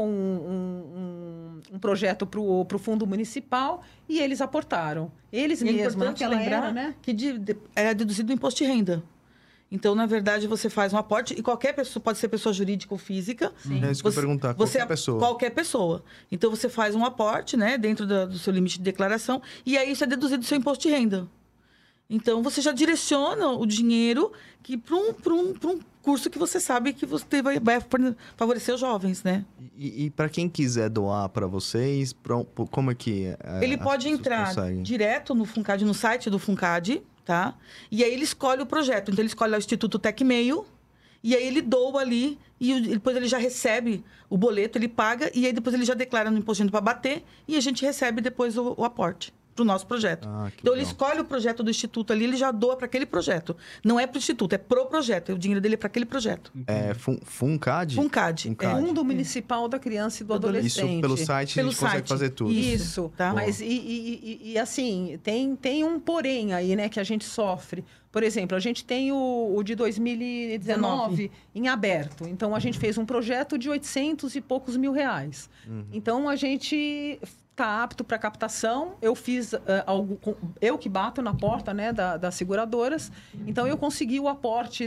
C: um projeto para o Fundo Municipal e eles aportaram. Eles mesmos, naquela era, né?
B: Que era deduzido do imposto de renda. Então, na verdade, você faz um aporte e qualquer pessoa, pode ser pessoa jurídica ou física.
A: Sim. É isso que eu ia perguntar, qualquer pessoa.
B: Qualquer pessoa. Então, você faz um aporte, né, dentro do seu limite de declaração e aí isso é deduzido do seu imposto de renda. Então, você já direciona o dinheiro para um curso que você sabe que você vai favorecer os jovens, né?
A: E para quem quiser doar para vocês, como é que...
B: Ele pode entrar direto no FUNCAD, no site do FUNCAD, tá? E aí ele escolhe o projeto. Então, ele escolhe o Instituto TecMeio e aí ele doa ali e depois ele já recebe o boleto, ele paga e aí depois ele já declara no imposto de renda para bater e a gente recebe depois o aporte para o nosso projeto. Então, ele escolhe o projeto do Instituto ali, ele já doa para aquele projeto. Não é para o Instituto, é pro projeto. O dinheiro dele é para aquele projeito.
A: É FUNCAD?
B: FUNCAD.
C: Fundo Municipal da Criança e do Adolescente.
A: Isso, pelo site, a gente consegue fazer tudo.
C: Isso,
B: tá?
C: Mas, assim, tem um porém aí, né, que a gente sofre. Por exemplo, a gente tem o de 2019 em aberto. Então, a gente fez um projeto de 800 e poucos mil reais. Então, a gente está apto para captação. Eu fiz eu que bato na porta, né, das seguradoras. Então, eu consegui o aporte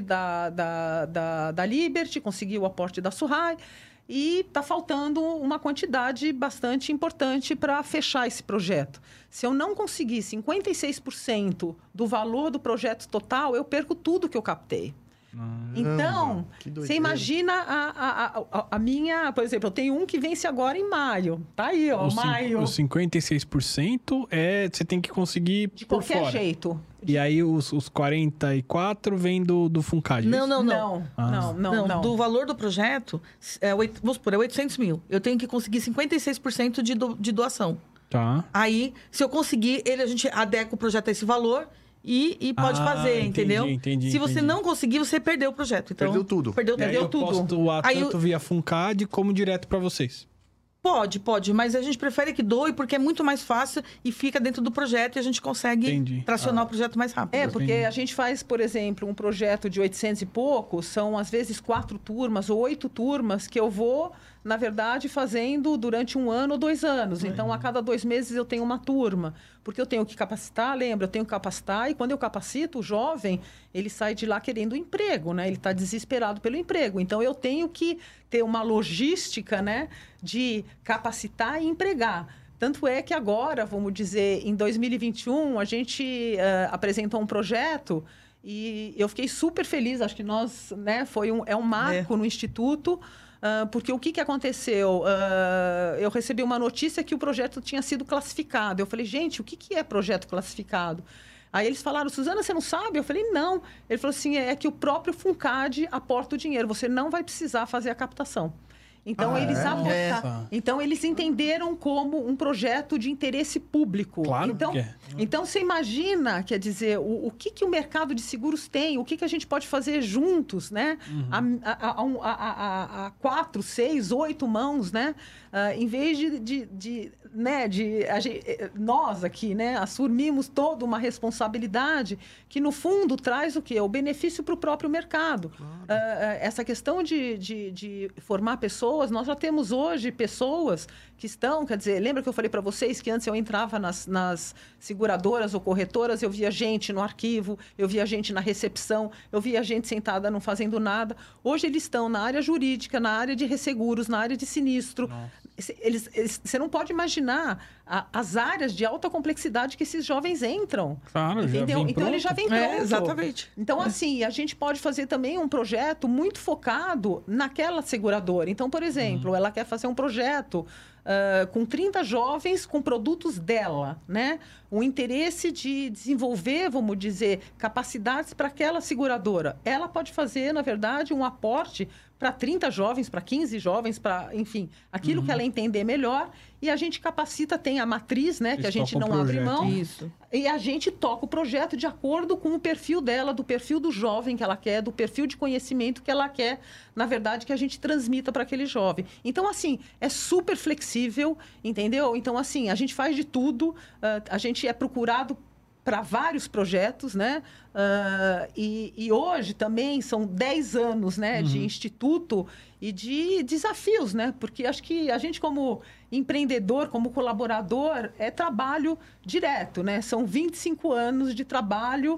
C: da Liberty, consegui o aporte da Surrai. E está faltando uma quantidade bastante importante para fechar esse projeto. Se eu não conseguir 56% do valor do projeto total, eu perco tudo que eu captei. Então, você imagina a minha... Por exemplo, eu tenho um que vence agora em maio. Tá aí, ó, maio.
D: Os 56% você tem que conseguir
C: de
D: por
C: qualquer
D: fora.
C: jeito.
D: E aí os 44 vem do FUNCAD?
C: Não.
B: Do valor do projeto, vamos supor, é 800 mil. Eu tenho que conseguir 56% de doação.
D: Tá.
B: Aí, se eu conseguir, a gente adequa o projeto a esse valor e pode fazer, entendeu?
D: Entendi.
B: Se você não conseguir, você perdeu o projeto. Então,
A: perdeu tudo.
B: Perdeu
D: E aí eu
B: tudo.
D: posso doar tanto via FUNCAD como direto para vocês.
B: Pode, mas a gente prefere que doe porque é muito mais fácil e fica dentro do projeto e a gente consegue tracionar o projeto mais rápido.
C: Porque a gente faz, por exemplo, um projeto de 800 e pouco, são às vezes 4 turmas ou 8 turmas que eu vou, na verdade, fazendo durante 1 ano ou 2 anos. Então, a cada 2 meses eu tenho uma turma, porque eu tenho que capacitar, lembra? Eu tenho que capacitar e quando eu capacito o jovem, ele sai de lá querendo um emprego, né? Ele está desesperado pelo emprego. Então, eu tenho que ter uma logística, né, de capacitar e empregar. Tanto é que agora, vamos dizer, em 2021, a gente apresentou um projeto e eu fiquei super feliz. Acho que nós, né, é um marco no Instituto, porque o que aconteceu? Eu recebi uma notícia que o projeto tinha sido classificado. Eu falei, gente, o que é projeto classificado? Aí eles falaram, Suzana, você não sabe? Eu falei, não. Ele falou assim, é que o próprio FUNCAD aporta o dinheiro, você não vai precisar fazer a captação. Então, então, eles entenderam como um projeto de interesse público.
D: Claro
C: então,
D: que é.
C: Então, você imagina, quer dizer, o que o mercado de seguros tem, o que a gente pode fazer juntos, né? A 4, 6, 8 mãos, né? Em vez nós aqui, né, assumimos toda uma responsabilidade que, no fundo, traz o quê? O benefício para o próprio mercado. Claro. Essa questão de formar pessoas, nós já temos hoje pessoas que estão, quer dizer, lembra que eu falei para vocês que antes eu entrava nas seguradoras ou corretoras, eu via gente no arquivo, eu via gente na recepção, eu via gente sentada não fazendo nada. Hoje eles estão na área jurídica, na área de resseguros, na área de sinistro. Você não pode imaginar as áreas de alta complexidade que esses jovens entram.
D: Claro,
C: entendeu? Então, ele já vem pronto.
B: Exatamente.
C: Então, assim, a gente pode fazer também um projeto muito focado naquela seguradora. Então, por exemplo, ela quer fazer um projeto com 30 jovens com produtos dela, né? O interesse de desenvolver, vamos dizer, capacidades para aquela seguradora. Ela pode fazer, na verdade, um aporte para 30 jovens, para 15 jovens, para, enfim, aquilo que ela entender melhor. E a gente capacita, tem a matriz, né? Que a gente não abre mão.
B: Isso.
C: E a gente toca o projeto de acordo com o perfil dela, do perfil do jovem que ela quer, do perfil de conhecimento que ela quer, na verdade, que a gente transmita para aquele jovem. Então, assim, é super flexível, entendeu? Então, assim, a gente faz de tudo, a gente é procurado para vários projetos, né? E hoje também são 10 anos, né, de instituto e de desafios, né? Porque acho que a gente, como empreendedor, como colaborador, é trabalho direto, né? São 25 anos de trabalho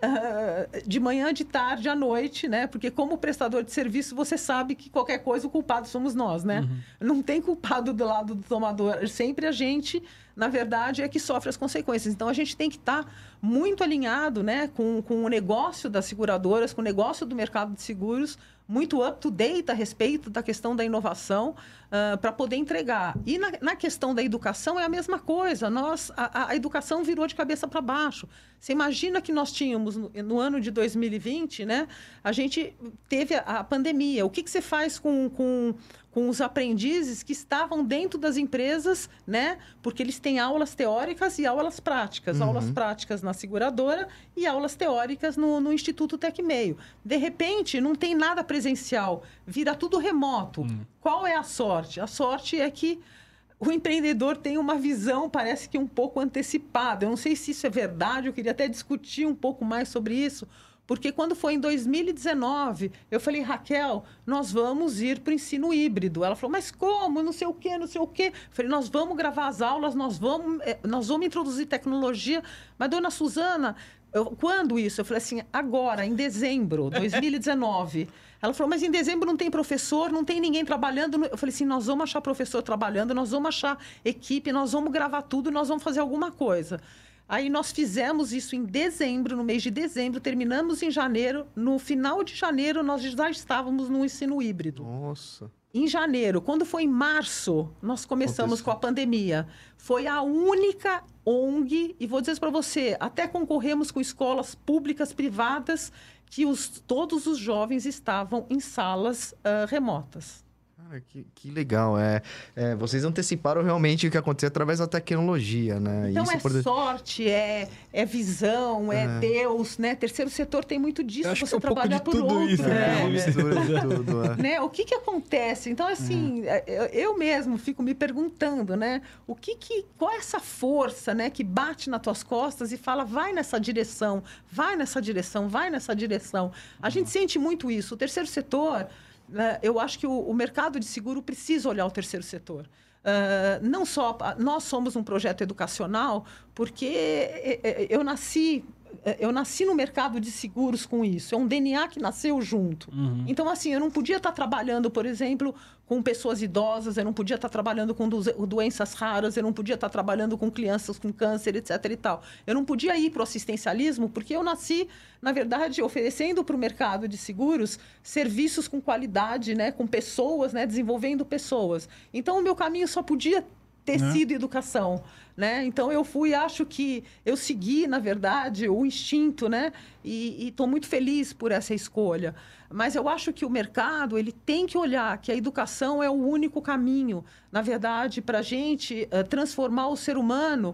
C: de manhã, de tarde, à noite, né? Porque como prestador de serviço, você sabe que qualquer coisa o culpado somos nós, né? Não tem culpado do lado do tomador. Sempre a gente, na verdade, é que sofre as consequências. Então, a gente tem que estar muito alinhado, né, com o negócio das seguradoras, com o negócio do mercado de seguros, muito up-to-date a respeito da questão da inovação para poder entregar. E na questão da educação é a mesma coisa. A educação virou de cabeça para baixo. Você imagina que nós tínhamos, no ano de 2020, né, a gente teve a pandemia. O que você faz com os aprendizes que estavam dentro das empresas, né? Porque eles têm aulas teóricas e aulas práticas. Aulas práticas na seguradora e aulas teóricas no Instituto Tecmeio. De repente, não tem nada presencial, vira tudo remoto. Qual é a sorte? A sorte é que o empreendedor tem uma visão, parece que um pouco antecipada. Eu não sei se isso é verdade, eu queria até discutir um pouco mais sobre isso. Porque quando foi em 2019, eu falei, Raquel, nós vamos ir para o ensino híbrido. Ela falou, mas como? Não sei o quê, não sei o quê. Eu falei, nós vamos gravar as aulas, nós vamos introduzir tecnologia. Mas, dona Suzana, quando isso? Eu falei assim, agora, em dezembro de 2019. Ela falou, mas em dezembro não tem professor, não tem ninguém trabalhando. Eu falei assim, nós vamos achar professor trabalhando, nós vamos achar equipe, nós vamos gravar tudo, nós vamos fazer alguma coisa. Aí nós fizemos isso em dezembro, no mês de dezembro, terminamos em janeiro. No final de janeiro, nós já estávamos no ensino híbrido.
A: Nossa!
C: Em janeiro. Quando foi em março, nós começamos com a pandemia. Foi a única ONG, e vou dizer para você, até concorremos com escolas públicas, privadas, que todos os jovens estavam em salas remotas.
A: Cara, que legal. Vocês anteciparam realmente o que aconteceu através da tecnologia, né?
C: Então,
A: isso
C: sorte, é visão, é Deus, né? Terceiro setor tem muito disso, você trabalhar por outro.
D: Isso,
A: mistura de tudo.
C: Né? O que acontece? Então, assim, eu mesmo fico me perguntando, né? Qual é essa força, né? Que bate nas tuas costas e fala, vai nessa direção, vai nessa direção, vai nessa direção. A gente sente muito isso. O terceiro setor... eu acho que o mercado de seguro precisa olhar o terceiro setor. Não só... Nós somos um projeto educacional porque eu nasci no mercado de seguros com isso. É um DNA que nasceu junto. Uhum. Então, assim, eu não podia estar trabalhando, por exemplo, com pessoas idosas, eu não podia estar trabalhando com doenças raras, eu não podia estar trabalhando com crianças com câncer, etc. e tal. Eu não podia ir para o assistencialismo porque eu nasci, na verdade, oferecendo para o mercado de seguros serviços com qualidade, né, com pessoas, né, desenvolvendo pessoas. Então, o meu caminho só podia ter sido educação, né? Então, acho que eu segui, na verdade, o instinto, né? E estou muito feliz por essa escolha. Mas eu acho que o mercado ele tem que olhar que a educação é o único caminho, na verdade, para a gente transformar o ser humano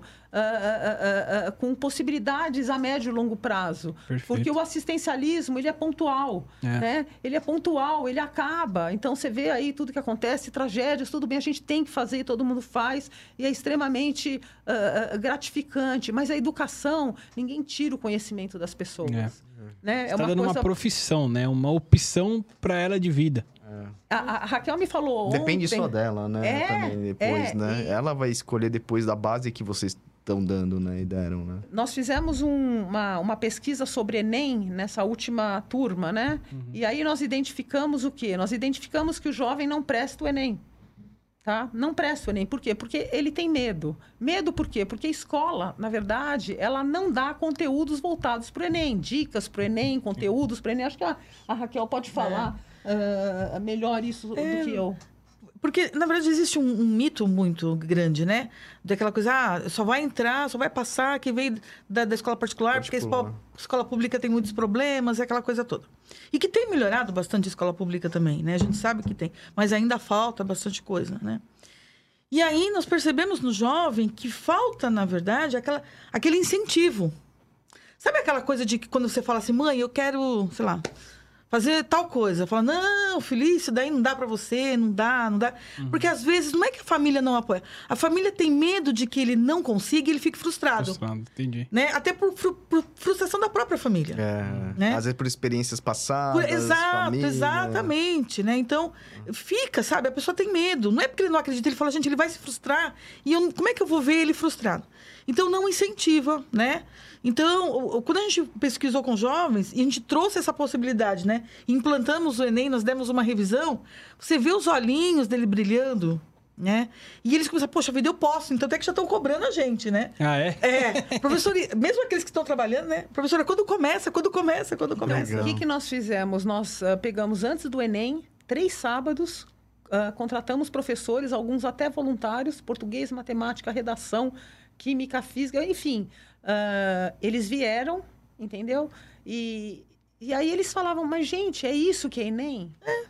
C: com possibilidades a médio e longo prazo. Perfeito. Porque o assistencialismo ele é pontual, né? Ele é pontual, ele acaba. Então, você vê aí tudo que acontece, tragédias, tudo bem, a gente tem que fazer, todo mundo faz, e é extremamente gratificante. Mas a educação, ninguém tira o conhecimento das pessoas. Né?
D: Você está dando uma profissão, né? Uma opção para ela de vida.
C: A Raquel me falou ontem...
A: Depende só dela, né? Também depois, né? Ela vai escolher depois da base que vocês estão dando, né? E deram, né?
C: Nós fizemos uma pesquisa sobre Enem nessa última turma, né? Uhum. E aí nós identificamos o quê? Nós identificamos que o jovem não presta o Enem. Tá? Não presta o Enem. Por quê? Porque ele tem medo. Medo por quê? Porque a escola, na verdade, ela não dá conteúdos voltados para o Enem. Dicas para o Enem, conteúdos para o Enem. Acho que a Raquel pode falar melhor isso do que eu.
B: Porque, na verdade, existe um mito muito grande, né? Daquela coisa, só vai entrar, só vai passar quem veio da escola particular, porque a escola pública tem muitos problemas, aquela coisa toda. E que tem melhorado bastante a escola pública também, né? A gente sabe que tem, mas ainda falta bastante coisa, né? E aí nós percebemos no jovem que falta, na verdade, aquele incentivo. Sabe aquela coisa de que quando você fala assim, mãe, eu quero, sei lá... fazer tal coisa. Fala, não, filho, isso daí não dá pra você, não dá. Uhum. Porque, às vezes, não é que a família não apoia. A família tem medo de que ele não consiga e ele fique frustrado.
D: Entendi.
B: Né? Até por frustração da própria família. Né?
A: Às vezes por experiências passadas,
B: Exatamente. Né? Então, fica, sabe? A pessoa tem medo. Não é porque ele não acredita, ele fala, gente, ele vai se frustrar. E como é que eu vou ver ele frustrado? Então, não incentiva, né? Então, quando a gente pesquisou com jovens, e a gente trouxe essa possibilidade, né? Implantamos o Enem, nós demos uma revisão, você vê os olhinhos dele brilhando, né? E eles começam, poxa vida, eu posso. Então, até que já estão cobrando a gente, né?
D: Ah, é?
B: Professor, mesmo aqueles que estão trabalhando, né? Professora, quando começa?
C: O que nós fizemos? Nós pegamos antes do Enem, 3 sábados, contratamos professores, alguns até voluntários, português, matemática, redação, química, física, enfim... eles vieram, entendeu? E aí eles falavam, mas gente, é isso que é Enem?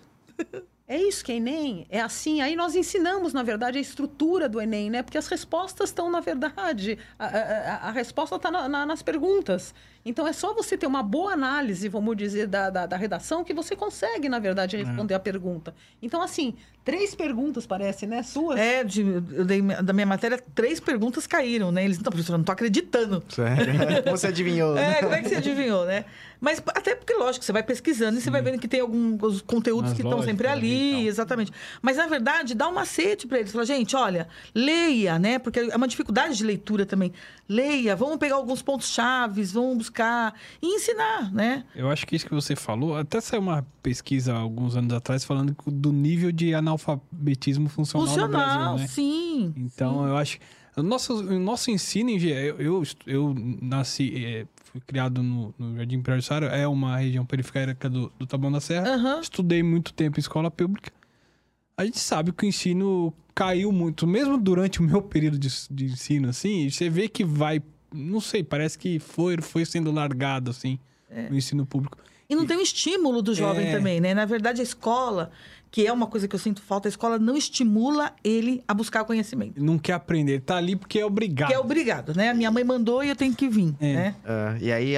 C: É isso que é Enem? É assim? Aí nós ensinamos, na verdade, a estrutura do Enem, né? Porque as respostas estão, na verdade, a resposta está nas perguntas. Então, é só você ter uma boa análise, vamos dizer, da redação que você consegue, na verdade, responder a pergunta. Então, assim, 3 perguntas, parece, né? Suas.
B: Da minha matéria, 3 perguntas caíram, né? Eles, não, professora, não estou acreditando.
A: Sério? Como você adivinhou?
B: Como é que você adivinhou, né? Mas até porque, lógico, você vai pesquisando e você vai vendo que tem alguns conteúdos que estão sempre ali, exatamente. Mas, na verdade, dá um macete para eles. Fala, gente, olha, leia, né? Porque é uma dificuldade de leitura também. Leia, vamos pegar alguns pontos-chave, vamos buscar e ensinar, né?
D: Eu acho que isso que você falou, até saiu uma pesquisa há alguns anos atrás falando do nível de analfabetismo funcional no Brasil, né?
B: Sim.
D: Então, eu acho... O nosso ensino, eu nasci... fui criado no Jardim Pirajussara, é uma região periférica do Taboão da Serra. Uhum. Estudei muito tempo em escola pública. A gente sabe que o ensino caiu muito, mesmo durante o meu período de ensino, assim, você vê que vai, não sei, parece que foi sendo largado, assim, no ensino público.
B: E não tem um estímulo do jovem também, né? Na verdade, a escola, que é uma coisa que eu sinto falta, a escola não estimula ele a buscar conhecimento.
D: Não quer aprender, ele tá ali porque é obrigado.
B: Que é obrigado, né? A minha mãe mandou e eu tenho que vir, né?
A: E aí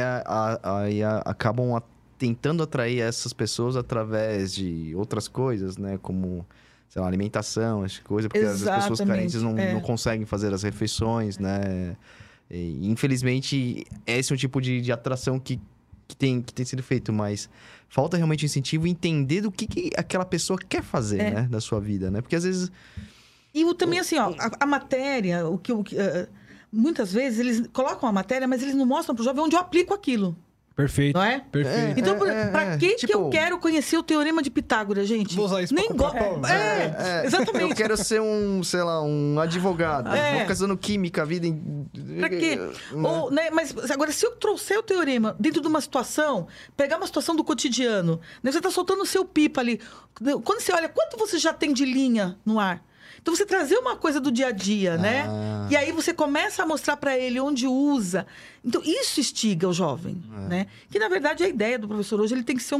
A: acabam tentando atrair essas pessoas através de outras coisas, né? Como, sei lá, alimentação, essa coisa, porque as pessoas carentes não conseguem fazer as refeições, né? E, infelizmente, esse é um tipo de atração que tem sido feito, mas falta realmente incentivo e entender do que aquela pessoa quer fazer, né? Da sua vida, né? Porque às vezes...
B: E também, assim, ó, a matéria, muitas vezes eles colocam a matéria, mas eles não mostram pro jovem onde eu aplico aquilo.
D: Perfeito.
B: Não é?
D: Perfeito.
B: Então, pra que eu quero conhecer o Teorema de Pitágoras, gente?
D: Vou usar isso pra comprar pão.
B: Exatamente.
A: Eu quero ser um advogado. Vou ficar fazendo química a vida...
B: Pra quê? Ou, né? Mas agora, se eu trouxer o teorema dentro de uma situação, pegar uma situação do cotidiano, né? Você tá soltando o seu pipa ali. Quando você olha, quanto você já tem de linha no ar? Então, você trazer uma coisa do dia a dia, né? E aí, você começa a mostrar para ele onde usa. Então, isso instiga o jovem, né? Que, na verdade, a ideia do professor hoje, ele tem que ser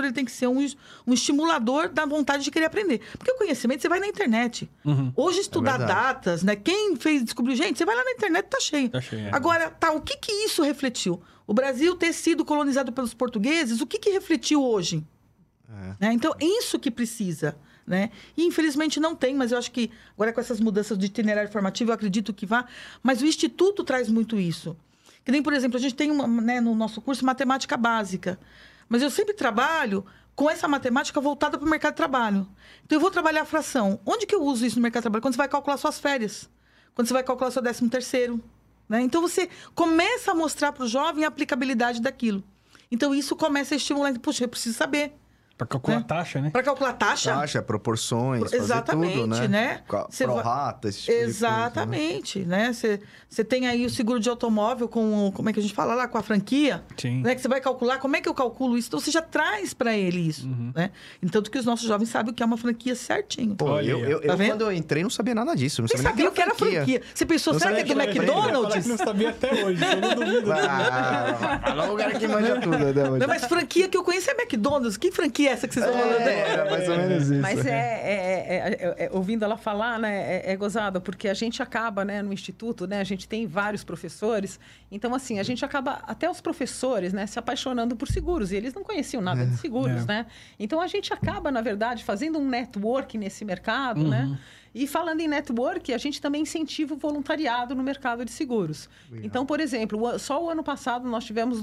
B: um estimulador da vontade de querer aprender. Porque o conhecimento, você vai na internet. Hoje, estudar datas, né? Quem descobriu... Gente, você vai lá na internet, tá cheio. Agora, o que isso refletiu? O Brasil ter sido colonizado pelos portugueses, o que refletiu hoje? Né? Então, é isso que precisa... Né? E infelizmente não tem, mas eu acho que agora com essas mudanças de itinerário formativo, eu acredito que vá. Mas o Instituto traz muito isso. Que nem, por exemplo, a gente tem no nosso curso matemática básica. Mas eu sempre trabalho com essa matemática voltada para o mercado de trabalho. Então, eu vou trabalhar a fração. Onde que eu uso isso no mercado de trabalho? Quando você vai calcular suas férias. Quando você vai calcular seu 13º. Né? Então, você começa a mostrar para o jovem a aplicabilidade daquilo. Então, isso começa a estimular. Puxa, eu preciso saber.
D: Para calcular taxa, né?
B: Para calcular taxa.
A: Taxa, proporções,
B: exatamente,
A: fazer tudo, né?
B: Prorata,
A: esse tipo
B: exatamente, de coisa, né? Você tem aí o seguro de automóvel com, como é que a gente fala lá, com a franquia.
D: Sim.
B: Né? Que você vai calcular, como é que eu calculo isso? Então, você já traz para ele isso, né? Então, que os nossos jovens sabem o que é uma franquia certinho.
A: Pô, eu quando eu entrei, não sabia nada disso. Não sabia
B: o que era franquia. Você pensou, será que é do McDonald's?
D: Não sabia até hoje, eu não duvido.
A: Fala o cara que manja tudo, né?
B: Não, mas franquia que eu conheço é McDonald's. Que franquia é essa que vocês estão falando?
A: É mais ou menos isso.
C: Mas ouvindo ela falar, né, é gozado, porque a gente acaba, né, no Instituto, né, a gente tem vários professores, então, assim, a gente acaba, até os professores, né, se apaixonando por seguros, e eles não conheciam nada de seguros, né? Então, a gente acaba, na verdade, fazendo um network nesse mercado, né? E falando em network, a gente também incentiva o voluntariado no mercado de seguros. Legal. Então, por exemplo, só o ano passado nós tivemos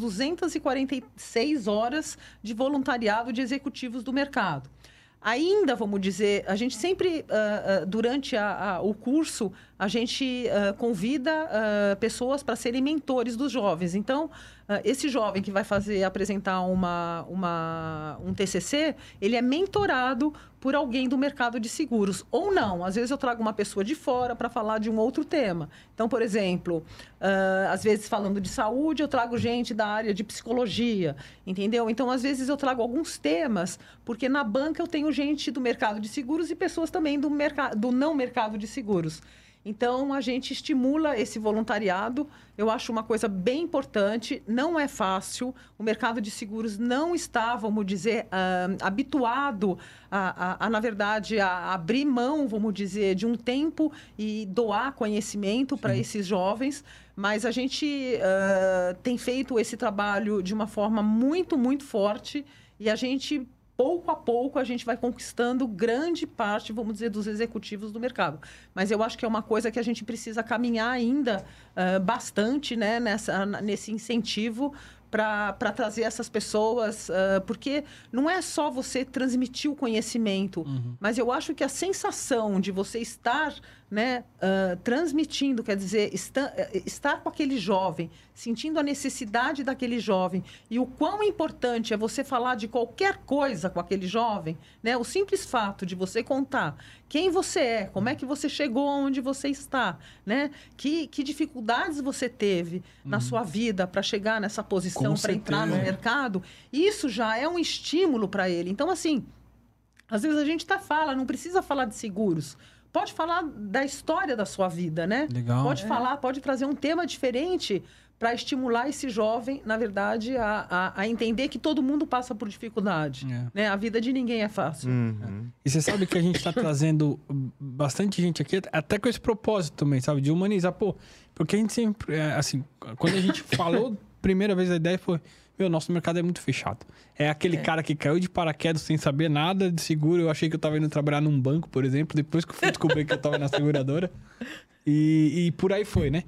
C: 246 horas de voluntariado de executivos do mercado. Ainda, vamos dizer, a gente sempre, durante o curso, a gente convida pessoas para serem mentores dos jovens. Então, esse jovem que vai apresentar um TCC, ele é mentorado por alguém do mercado de seguros. Ou não, às vezes eu trago uma pessoa de fora para falar de um outro tema. Então, por exemplo, às vezes falando de saúde, eu trago gente da área de psicologia, entendeu? Então, às vezes eu trago alguns temas, porque na banca eu tenho gente do mercado de seguros e pessoas também do não mercado de seguros. Então, a gente estimula esse voluntariado. Eu acho uma coisa bem importante. Não é fácil. O mercado de seguros não está, vamos dizer, habituado na verdade, a abrir mão, vamos dizer, de um tempo e doar conhecimento para esses jovens. Mas a gente tem feito esse trabalho de uma forma muito, muito forte. E a gente... pouco a pouco, a gente vai conquistando grande parte, vamos dizer, dos executivos do mercado. Mas eu acho que é uma coisa que a gente precisa caminhar ainda bastante, né, nesse incentivo para trazer essas pessoas, porque não é só você transmitir o conhecimento, mas eu acho que a sensação de você estar, né, transmitindo, quer dizer, estar com aquele jovem, sentindo a necessidade daquele jovem e o quão importante é você falar de qualquer coisa com aquele jovem, né, o simples fato de você contar quem você é, como é que você chegou onde você está, né, que dificuldades você teve na sua vida para chegar nessa posição, para entrar no mercado, isso já é um estímulo para ele. Então, assim, às vezes a gente fala, não precisa falar de seguros, pode falar da história da sua vida, né?
D: Legal.
C: Pode falar, pode trazer um tema diferente para estimular esse jovem, na verdade, a entender que todo mundo passa por dificuldade. Né? A vida de ninguém é fácil.
D: E você sabe que a gente está trazendo bastante gente aqui, até com esse propósito também, sabe? De humanizar. Pô, porque a gente sempre, assim, quando a gente falou primeira vez a ideia foi... nosso mercado é muito fechado. É aquele cara que caiu de paraquedas sem saber nada de seguro. Eu achei que eu estava indo trabalhar num banco, por exemplo, depois que eu fui descobrir que eu estava na seguradora. E por aí foi, né?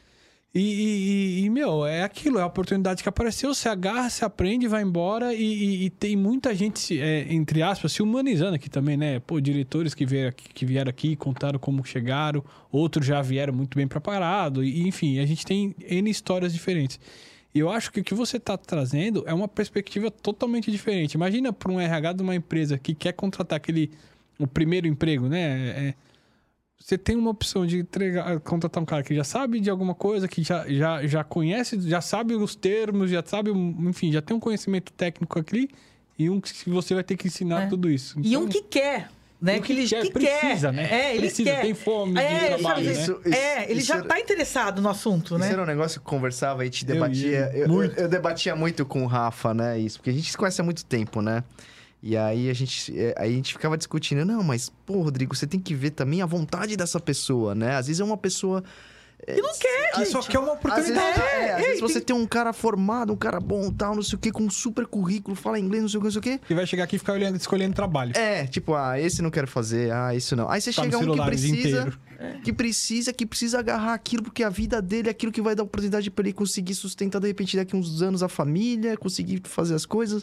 D: É aquilo, é a oportunidade que apareceu, você agarra, você aprende, vai embora e tem muita gente, entre aspas, se humanizando aqui também, né? Pô, diretores que vieram aqui, contaram como chegaram, outros já vieram muito bem preparados, enfim, a gente tem N histórias diferentes. E eu acho que o que você está trazendo é uma perspectiva totalmente diferente. Imagina para um RH de uma empresa que quer contratar o primeiro emprego, né? Você tem uma opção de contratar um cara que já sabe de alguma coisa, que já conhece, já sabe os termos, já sabe, enfim, já tem um conhecimento técnico aqui, e um que você vai ter que ensinar tudo isso.
B: Então, e um que quer, né?
D: Que ele precisa, né?
B: Ele
D: precisa,
B: quer.
D: tem fome de trabalho, né?
B: Ele já está interessado no assunto, né?
A: Isso era um negócio que conversava, a gente debatia. Eu debatia muito com o Rafa, né? Isso, porque a gente se conhece há muito tempo, né? E aí a gente ficava discutindo, não, mas, pô, Rodrigo, você tem que ver também a vontade dessa pessoa, né? Às vezes é uma pessoa...
B: que não quer,
D: gente. Só quer uma oportunidade.
A: Às vezes você tem um cara formado, um cara bom, tal, não sei o quê, com um super currículo, fala inglês, não sei o que, não sei o quê.
D: E vai chegar aqui e ficar escolhendo trabalho.
A: Tipo, esse não quero fazer, isso não. Aí você chega um que precisa agarrar aquilo, porque a vida dele é aquilo que vai dar oportunidade pra ele conseguir sustentar, de repente, daqui uns anos a família, conseguir fazer as coisas...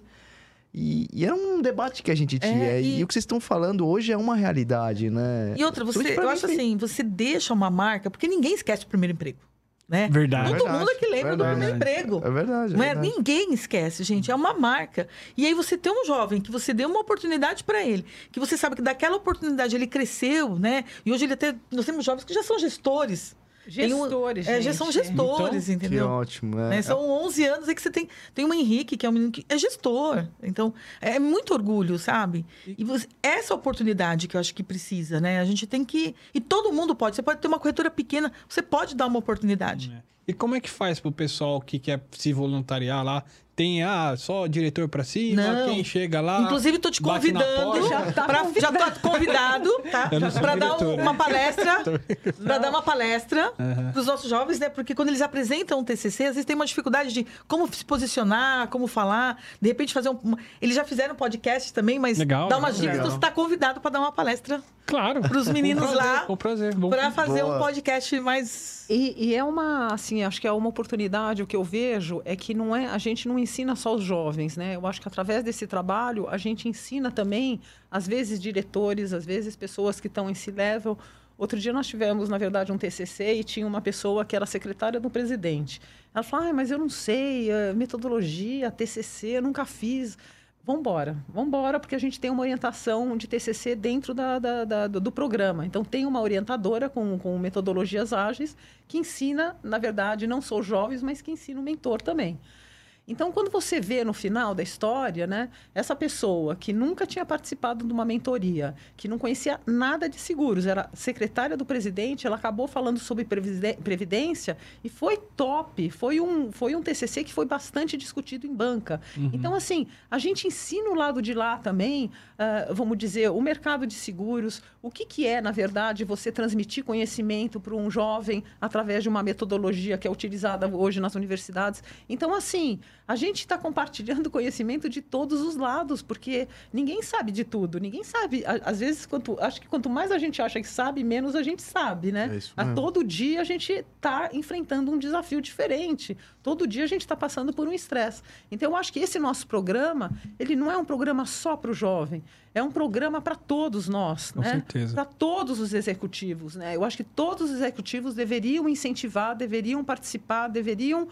A: E é um debate que a gente tinha. E o que vocês estão falando hoje é uma realidade, né?
B: E outra, eu acho assim, você deixa uma marca... Porque ninguém esquece o primeiro emprego, né?
D: Verdade.
B: Todo mundo que lembra do primeiro emprego.
A: É verdade.
B: Não é? Ninguém esquece, gente. É uma marca. E aí você tem um jovem que você deu uma oportunidade para ele. Que você sabe que daquela oportunidade ele cresceu, né? E hoje nós temos jovens que já são gestores.
C: Gestores,
B: já são gestores,
C: então,
B: entendeu?
A: Que ótimo, né?
B: São 11 anos aí que você tem um Henrique, que é um menino que é gestor. Então, é muito orgulho, sabe? E essa oportunidade que eu acho que precisa, né? A gente tem que... E todo mundo pode. Você pode ter uma corretora pequena, você pode dar uma oportunidade.
D: E como é que faz pro pessoal que quer se voluntariar lá? Tem só diretor para cima?
B: Não.
D: Quem chega lá?
B: Inclusive, tô te convidando. Já tô convidado, tá? Para dar uma palestra. Para dar uma palestra para os nossos jovens, né? Porque quando eles apresentam um TCC, às vezes tem uma dificuldade de como se posicionar, como falar. De repente, fazer Eles já fizeram podcast também, mas dá umas dicas. Então, você está convidado para dar uma palestra.
D: Claro.
B: Para os meninos lá.
D: Com prazer.
B: Para fazer um podcast mais...
C: E é uma, assim, acho que é uma oportunidade. O que eu vejo é que a gente não ensina só os jovens, né? Eu acho que através desse trabalho a gente ensina também, às vezes diretores, às vezes pessoas que estão em C-level. Outro dia nós tivemos, na verdade, um TCC e tinha uma pessoa que era secretária do presidente. Ela falou, mas eu não sei, metodologia, TCC, eu nunca fiz. Vamos embora, porque a gente tem uma orientação de TCC dentro do programa. Então, tem uma orientadora com metodologias ágeis que ensina, na verdade, não só os jovens, mas que ensina o mentor também. Então, quando você vê no final da história, né, essa pessoa que nunca tinha participado de uma mentoria, que não conhecia nada de seguros, era secretária do presidente, ela acabou falando sobre previdência e foi top, foi um TCC que foi bastante discutido em banca. Então, assim, a gente ensina o lado de lá também, vamos dizer, o mercado de seguros, o que é, na verdade, você transmitir conhecimento para um jovem através de uma metodologia que é utilizada hoje nas universidades. Então, assim... A gente está compartilhando conhecimento de todos os lados, porque ninguém sabe de tudo, ninguém sabe. Às vezes, acho que quanto mais a gente acha que sabe, menos a gente sabe, né? A todo dia a gente está enfrentando um desafio diferente. Todo dia a gente está passando por um estresse. Então, eu acho que esse nosso programa, ele não é um programa só para o jovem, é um programa para todos nós,
D: Com certeza.
C: Para todos os executivos, né? Eu acho que todos os executivos deveriam incentivar, deveriam participar, deveriam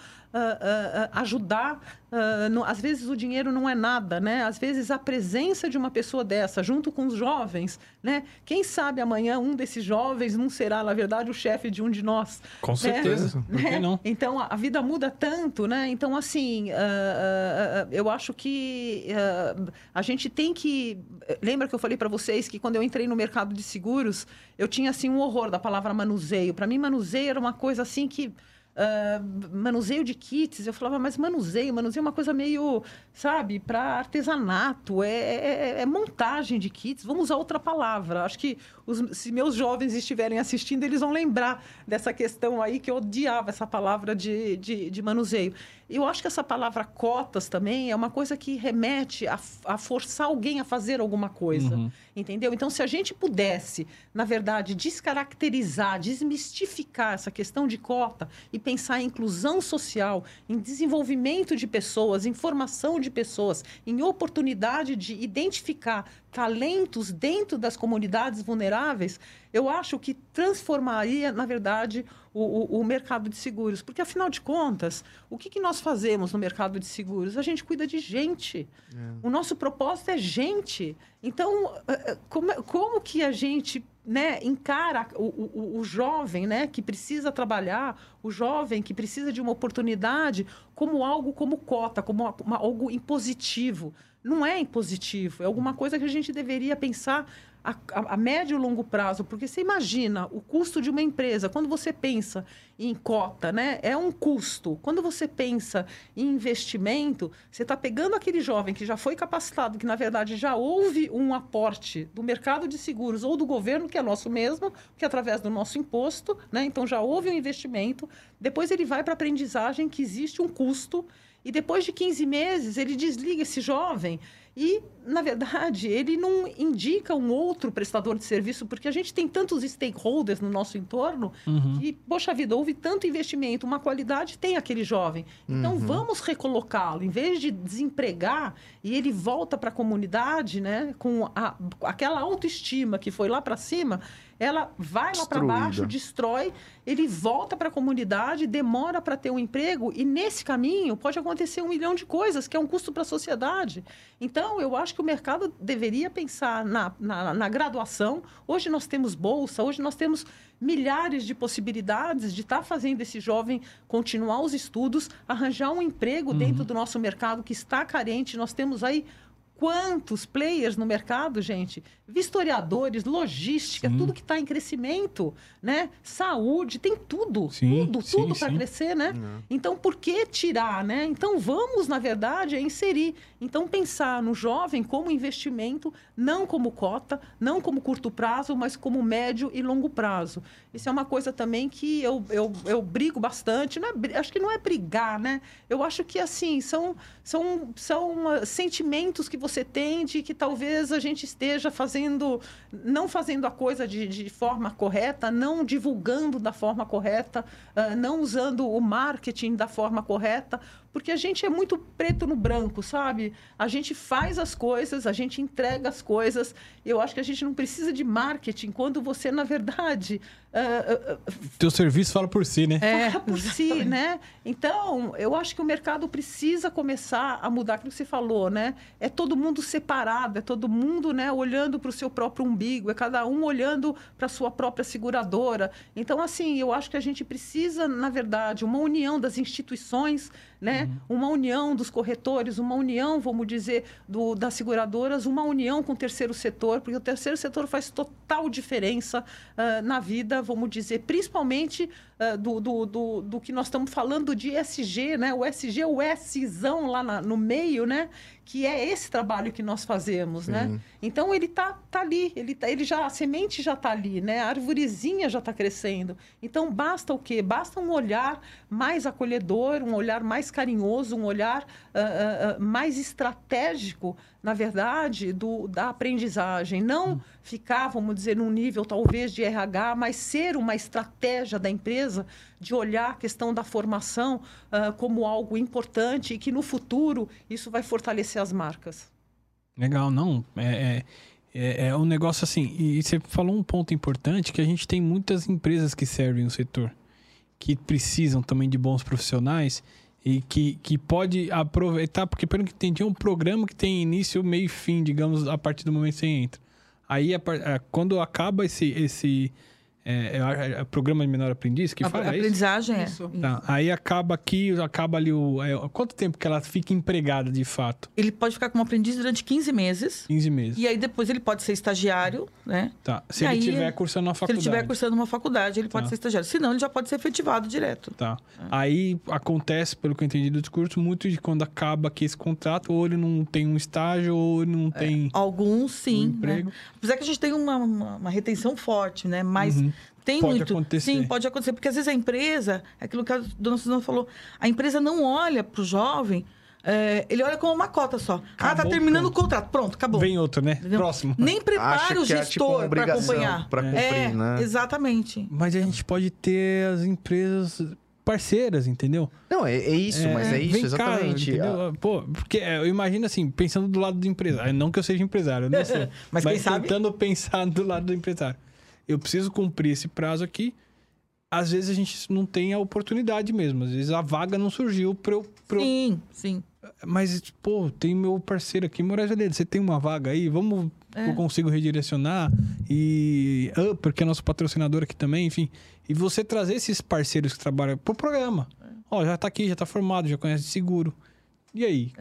C: ajudar. Às vezes o dinheiro não é nada, né? Às vezes a presença de uma pessoa dessa, junto com os jovens, né? Quem sabe amanhã um desses jovens não será, na verdade, o chefe de um de nós.
D: Com certeza. Por que não?
C: Então, a vida muda tanto, né? Então, assim, eu acho que a gente tem que... Lembra que eu falei para vocês que quando eu entrei no mercado de seguros, eu tinha, assim, um horror da palavra manuseio. Para mim, manuseio era uma coisa, assim, que... manuseio de kits. Eu falava, mas manuseio é uma coisa meio, sabe, para artesanato, é montagem de kits. Vamos usar outra palavra. Acho que se meus jovens estiverem assistindo, eles vão lembrar dessa questão aí, que eu odiava essa palavra de manuseio. Eu acho que essa palavra cotas também é uma coisa que remete a forçar alguém a fazer alguma coisa, entendeu? Então, se a gente pudesse, na verdade, descaracterizar, desmistificar essa questão de cota e pensar em inclusão social, em desenvolvimento de pessoas, em formação de pessoas, em oportunidade de identificar talentos dentro das comunidades vulneráveis, eu acho que transformaria, na verdade, o mercado de seguros. Porque, afinal de contas, o que nós fazemos no mercado de seguros? A gente cuida de gente. O nosso propósito é gente. Então, como que a gente, né, encara o jovem, né, que precisa trabalhar, o jovem que precisa de uma oportunidade, como algo como cota, como algo impositivo? Não é impositivo, é alguma coisa que a gente deveria pensar a médio e longo prazo, porque você imagina o custo de uma empresa, quando você pensa em cota, né? É um custo. Quando você pensa em investimento, você está pegando aquele jovem que já foi capacitado, que na verdade já houve um aporte do mercado de seguros ou do governo, que é nosso mesmo, que é através do nosso imposto, né? Então já houve um investimento, depois ele vai para a aprendizagem, que existe um custo, e depois de 15 meses ele desliga esse jovem e, na verdade, ele não indica um outro prestador de serviço, porque a gente tem tantos stakeholders no nosso entorno que, poxa vida, houve tanto investimento, uma qualidade tem aquele jovem. Então, vamos recolocá-lo. Em vez de desempregar e ele volta para a comunidade, né, com aquela autoestima que foi lá para cima, ela vai lá para baixo, destrói, ele volta para a comunidade, demora para ter um emprego e, nesse caminho, pode acontecer 1 milhão de coisas, que é um custo para a sociedade. Então, eu acho que o mercado deveria pensar na graduação. Hoje nós temos bolsa, hoje nós temos milhares de possibilidades de estar fazendo esse jovem continuar os estudos, arranjar um emprego dentro do nosso mercado que está carente. Nós temos aí quantos players no mercado, gente? Vistoriadores, logística, tudo que está em crescimento, né? Saúde, tem tudo. Tudo para crescer, né? Então, por que tirar, né? Então, vamos, na verdade, inserir. Então, pensar no jovem como investimento, não como cota, não como curto prazo, mas como médio e longo prazo. Isso é uma coisa também que eu brigo bastante. Acho que não é brigar, né? Eu acho que, assim, são sentimentos que você tem de que talvez a gente esteja não fazendo a coisa de forma correta, não divulgando da forma correta, não usando o marketing da forma correta, porque a gente é muito preto no branco, sabe? A gente faz as coisas, a gente entrega as coisas. Eu acho que a gente não precisa de marketing quando você, na verdade...
D: Teu serviço fala por si, né?
C: Fala por si, né? Então, eu acho que o mercado precisa começar a mudar aquilo que você falou, né? É todo mundo separado, é todo mundo, né, olhando para o seu próprio umbigo, é cada um olhando para a sua própria seguradora. Então, assim, eu acho que a gente precisa, na verdade, uma união das instituições, né? Uma união dos corretores, uma união, vamos dizer, das seguradoras, uma união com o terceiro setor, porque o terceiro setor faz total diferença na vida, vamos dizer, principalmente do que nós estamos falando de ESG, né? O ESG é o Szão lá no meio, né? Que é esse trabalho que nós fazemos, né? Então, ele tá ali, a semente já está ali, né? A arvorezinha já está crescendo. Então, basta o quê? Basta um olhar mais acolhedor, um olhar mais carinhoso, um olhar mais estratégico, na verdade, da aprendizagem. Não ficar, vamos dizer, num nível talvez de RH, mas ser uma estratégia da empresa de olhar a questão da formação como algo importante e que no futuro isso vai fortalecer as marcas.
D: Legal, não. É um negócio assim. E você falou um ponto importante, que a gente tem muitas empresas que servem o setor, que precisam também de bons profissionais e que pode aproveitar, porque pelo que entendi, é um programa que tem início, meio e fim, digamos, a partir do momento que você entra. Aí, quando acaba É programa de menor aprendiz que fala
B: aprendizagem
C: isso?
D: Tá. Aí acaba ali quanto tempo que ela fica empregada de fato?
B: Ele pode ficar como aprendiz durante 15 meses.
D: 15 meses.
B: E aí depois ele pode ser estagiário, né?
D: Tá. Se ele estiver cursando uma faculdade.
B: Se ele estiver cursando uma faculdade, ele pode ser estagiário. Senão, ele já pode ser efetivado direto.
D: Tá. Aí acontece, pelo que eu entendi do discurso, muito de quando acaba aqui esse contrato, ou ele não tem um estágio, ou ele não tem...
B: Alguns, sim.
D: emprego.
B: Né? Apesar que a gente tem uma retenção forte, né? Mas... Tem
D: pode
B: muito.
D: acontecer.
B: Sim, pode acontecer. Porque às vezes a empresa, aquilo que a dona Suzana falou, a empresa não olha para o jovem, ele olha como uma cota só. Tá terminando o contrato. Pronto, acabou.
D: Vem outro, né?
B: Entendeu?
D: Próximo.
B: Nem prepara o gestor para acompanhar.
A: Para cumprir, né?
B: Exatamente.
D: Mas a gente pode ter as empresas parceiras, entendeu?
A: Não, é isso, mas é isso,
D: vem
A: exatamente.
D: Cá, entendeu? Pô, porque eu imagino assim, pensando do lado do empresário. Não que eu seja empresário, eu não sou.
B: Mas quem sabe?
D: Tentando pensar do lado do empresário. Eu preciso cumprir esse prazo aqui. Às vezes a gente não tem a oportunidade mesmo. Às vezes a vaga não surgiu pra eu...
B: Sim.
D: Mas, pô, tem meu parceiro aqui, Moraes Veleda, você tem uma vaga aí? Vamos... Eu consigo redirecionar. E... porque é nosso patrocinador aqui também, enfim. E você trazer esses parceiros que trabalham pro programa. Ó, já tá aqui, já tá formado, já conhece seguro. E aí?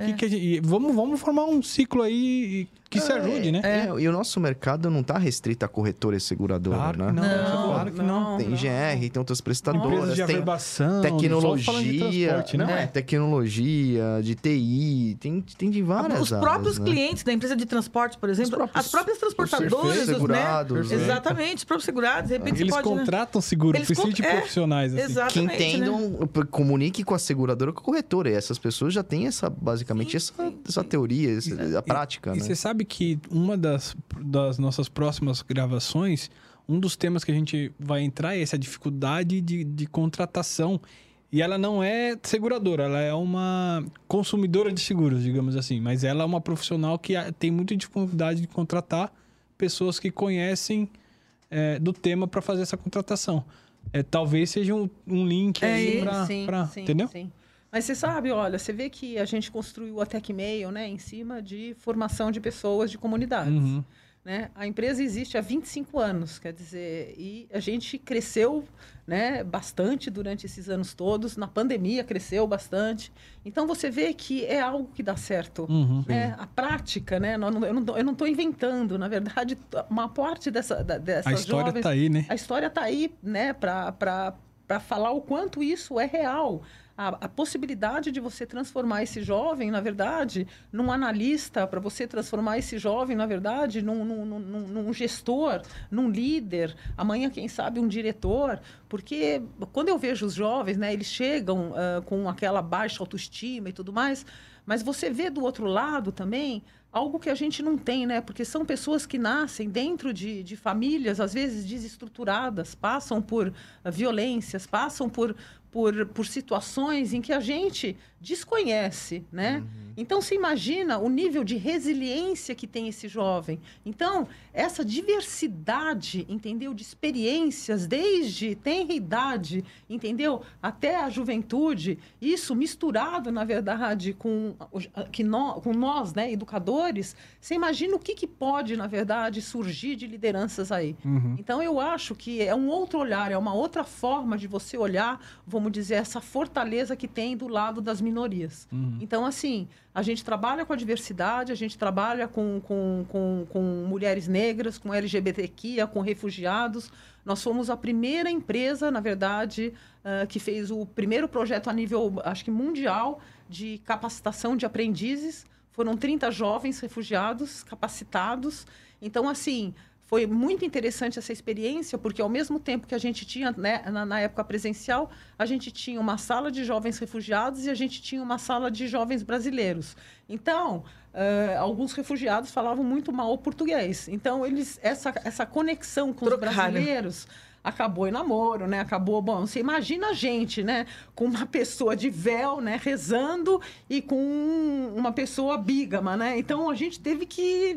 D: Vamos formar um ciclo aí que se ajude, né?
A: E o nosso mercado não está restrito a corretora e seguradora,
D: claro
A: né?
D: Que não, claro que não.
A: Tem GR, tem outras prestadoras,
D: empresas de averbação,
A: tecnologia,
D: de né?
A: Tecnologia, de TI, tem de várias
B: Os
A: áreas,
B: próprios
A: né?
B: clientes da empresa de transporte, por exemplo, as próprias transportadoras,
A: segurados,
B: né? Exatamente, os próprios segurados, de repente
D: eles
B: você pode...
D: contratam seguro, precisam de profissionais. Assim.
B: Exatamente,
A: que entendam, comunique com a seguradora, com a corretora. E essas pessoas já têm basicamente essa teoria, a prática,
D: E
A: né?
D: você sabe que uma das nossas próximas gravações, um dos temas que a gente vai entrar é essa dificuldade de contratação. E ela não é seguradora, ela é uma consumidora de seguros, digamos assim. Mas ela é uma profissional que tem muita dificuldade de contratar pessoas que conhecem do tema para fazer essa contratação. Talvez seja um link aí para... Entendeu?
C: Sim. Mas você sabe, olha, você vê que a gente construiu a TecMail, né, em cima de formação de pessoas de comunidades. Né? A empresa existe há 25 anos, quer dizer, e a gente cresceu, né, bastante durante esses anos todos. Na pandemia cresceu bastante. Então você vê que é algo que dá certo. Né? A prática, né? Eu não estou inventando. Na verdade, uma parte dessas
D: a história
C: jovens...
D: está aí, né?
C: A história está aí, né, para falar o quanto isso é real. A possibilidade de você transformar esse jovem, na verdade, num analista, para você transformar esse jovem, na verdade, num gestor, num líder, amanhã, quem sabe, um diretor. Porque quando eu vejo os jovens, né, eles chegam com aquela baixa autoestima e tudo mais, mas você vê do outro lado também algo que a gente não tem, né? Porque são pessoas que nascem dentro de famílias, às vezes, desestruturadas, passam por violências, passam por situações em que a gente desconhece, né? Então, se imagina o nível de resiliência que tem esse jovem. Então, essa diversidade, entendeu? De experiências, desde tenra idade, entendeu? Até a juventude, isso misturado, na verdade, com nós, né, educadores, você imagina o que pode, na verdade, surgir de lideranças aí. Então, eu acho que é um outro olhar, é uma outra forma de você olhar, vamos dizer, essa fortaleza que tem do lado das minorias. Então, assim, a gente trabalha com a diversidade, a gente trabalha com mulheres negras, com LGBTQIA, com refugiados. Nós fomos a primeira empresa, na verdade, que fez o primeiro projeto a nível, acho que mundial, de capacitação de aprendizes. Foram 30 jovens refugiados capacitados. Então, assim... Foi muito interessante essa experiência, porque ao mesmo tempo que a gente tinha, né, na época presencial, a gente tinha uma sala de jovens refugiados e a gente tinha uma sala de jovens brasileiros. Então, alguns refugiados falavam muito mal o português. Então, essa conexão com os brasileiros... Acabou em namoro, né? Acabou... Bom, você imagina a gente, né? Com uma pessoa de véu, né? Rezando e com uma pessoa bígama, né? Então, a gente teve que...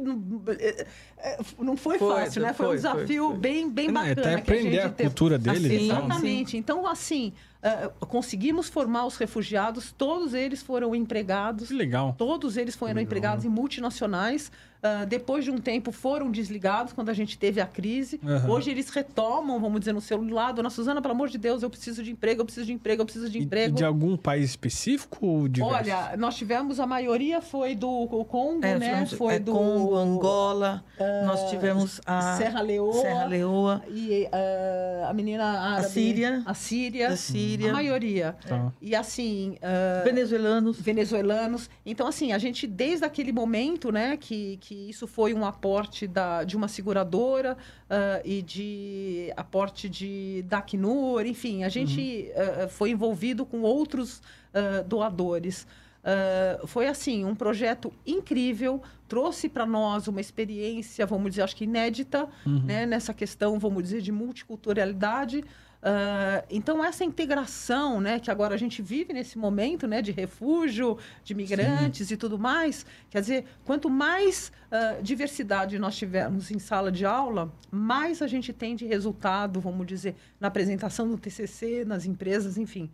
C: Não foi fácil, né? Foi um desafio bem bacana.
D: Até aprender a cultura deles.
C: Assim, exatamente. Então, assim... conseguimos formar os refugiados, todos eles foram empregados.
D: Que legal.
C: Todos eles foram empregados em multinacionais. depois de um tempo foram desligados quando a gente teve a crise. Hoje eles retomam, vamos dizer, no seu lado. Dona Suzana, pelo amor de Deus, eu preciso de emprego, eu preciso de emprego, eu preciso de emprego.
D: De algum país específico ou diversos?
C: Olha, nós tivemos, a maioria foi do Congo, né? Foi do
B: Congo, Angola, nós tivemos a
C: Serra Leoa
B: e
C: a menina árabe,
B: a Síria,
C: a maioria.
D: Tá.
C: E assim...
B: venezuelanos.
C: Então, assim, a gente, desde aquele momento, né, que isso foi um aporte de uma seguradora e de aporte da Acnur, enfim, a gente foi envolvido com outros doadores. Foi, assim, um projeto incrível, trouxe para nós uma experiência, vamos dizer, acho que inédita, né, nessa questão, vamos dizer, de multiculturalidade. Então, essa integração, né, que agora a gente vive nesse momento, né, de refúgio, de migrantes e tudo mais, quer dizer, quanto mais diversidade nós tivermos em sala de aula, mais a gente tem de resultado, vamos dizer, na apresentação do TCC, nas empresas, enfim.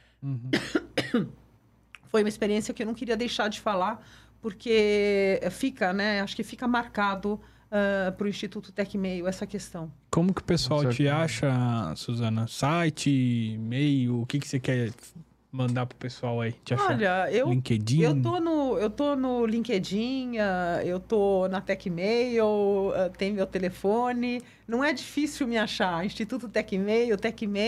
C: Foi uma experiência que eu não queria deixar de falar, porque fica, né, acho que fica marcado para o Instituto Tecmeio essa questão.
D: Como que o pessoal te acha, Suzana? Site, e-mail, o que você quer mandar pro pessoal aí te achar?
C: Olha,
D: LinkedIn?
C: Eu tô no LinkedIn, eu tô na Tecmeio, tem meu telefone. Não é difícil me achar. Instituto Tecmeio.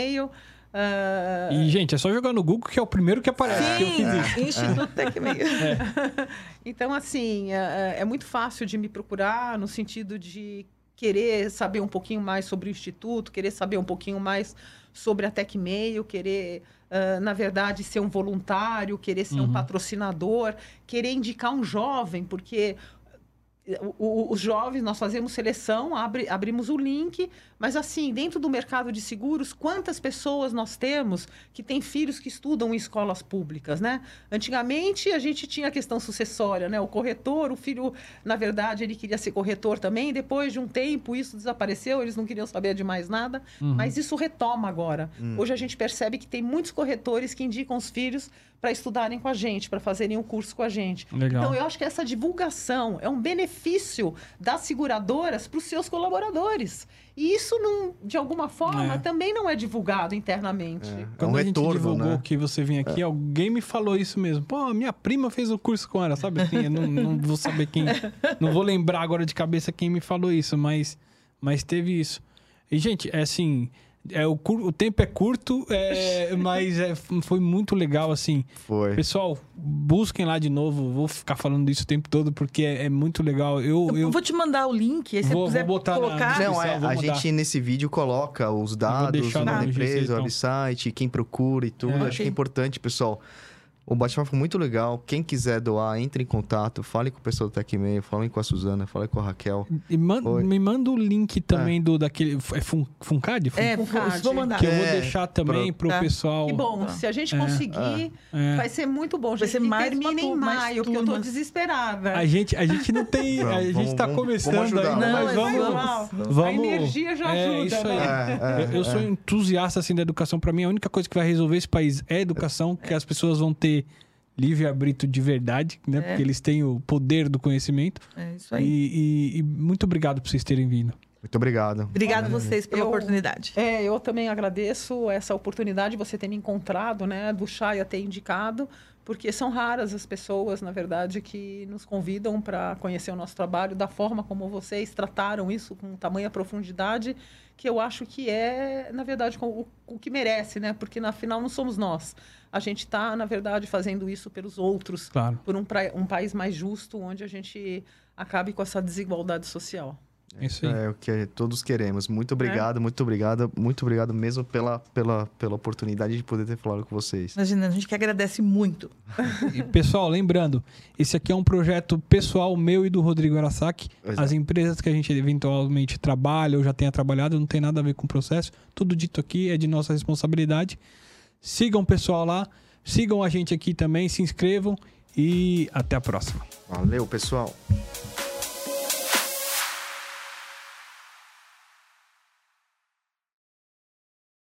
D: E, gente, é só jogar no Google que é o primeiro que aparece.
B: Sim,
D: que eu fiz isso.
B: Instituto Tecmeio.
C: Então, assim, é muito fácil de me procurar no sentido de querer saber um pouquinho mais sobre o Instituto, querer saber um pouquinho mais sobre a Tecmeio, querer, na verdade, ser um voluntário, querer ser um patrocinador, querer indicar um jovem, porque... Os jovens, nós fazemos seleção, abrimos o link, mas assim, dentro do mercado de seguros, quantas pessoas nós temos que têm filhos que estudam em escolas públicas, né? Antigamente, a gente tinha a questão sucessória, né? O corretor, o filho, na verdade, ele queria ser corretor também, depois de um tempo isso desapareceu, eles não queriam saber de mais nada, mas isso retoma agora. Hoje a gente percebe que tem muitos corretores que indicam os filhos para estudarem com a gente, para fazerem um curso com a gente.
D: Legal.
C: Então, eu acho que essa divulgação é um benefício das seguradoras para os seus colaboradores. E isso, de alguma forma, também não é divulgado internamente.
D: Quando a gente divulgou,
A: né?
D: que você vinha aqui, alguém me falou isso mesmo. Pô, minha prima fez o curso com ela, sabe? Assim, eu não vou saber quem... Não vou lembrar agora de cabeça quem me falou isso, mas teve isso. E, gente, é assim... O tempo é curto, mas foi muito legal, assim.
A: Foi.
D: Pessoal, busquem lá de novo. Vou ficar falando isso o tempo todo, porque é muito legal.
B: Eu vou te mandar o link, aí se você quiser
D: botar
B: colocar...
A: Não, a gente nesse vídeo coloca os dados, o nome da empresa, o website, quem procura e tudo. Acho que é importante, pessoal. O bate-papo foi muito legal. Quem quiser doar, entre em contato. Fale com o pessoal do Tecmeio, fale com a Suzana, fale com a Raquel.
D: E me manda o link também daquele... É Funcad?
C: Funcad.
B: Vou mandar.
D: Que eu vou deixar também pro pessoal.
C: Que bom, se a gente conseguir, vai ser muito bom.
B: Vai ser mais
C: termina em maio, porque eu tô desesperada.
D: A gente não tem... a gente tá começando ainda, mas vamos...
C: A energia já ajuda.
D: Isso aí. Eu sou entusiasta, assim, da educação. Pra mim, a única coisa que vai resolver esse país é a educação, que as pessoas vão ter livre-arbítrio de verdade, né? Porque eles têm o poder do conhecimento.
B: É isso aí.
D: E muito obrigado por vocês terem vindo.
A: Muito obrigado.
B: Obrigado a vocês pela oportunidade.
C: Eu também agradeço essa oportunidade de você ter me encontrado, né? Do Chaya ter indicado, porque são raras as pessoas, na verdade, que nos convidam para conhecer o nosso trabalho da forma como vocês trataram isso com tamanha profundidade, que eu acho que é, na verdade, o que merece, né? Porque, na final, não somos nós. A gente está, na verdade, fazendo isso pelos outros,
D: claro,
C: por um país mais justo, onde a gente acabe com essa desigualdade social.
D: Isso aí.
A: É o que todos queremos. Muito obrigado, muito obrigado mesmo pela oportunidade de poder ter falado com vocês.
B: Imagina, a gente que agradece muito.
D: E, pessoal, lembrando, esse aqui é um projeto pessoal meu e do Rodrigo Arasaki.
A: Exato.
D: As empresas que a gente eventualmente trabalha ou já tenha trabalhado não tem nada a ver com o processo. Tudo dito aqui é de nossa responsabilidade. Sigam o pessoal lá, sigam a gente aqui também, se inscrevam e até a próxima.
A: Valeu, pessoal.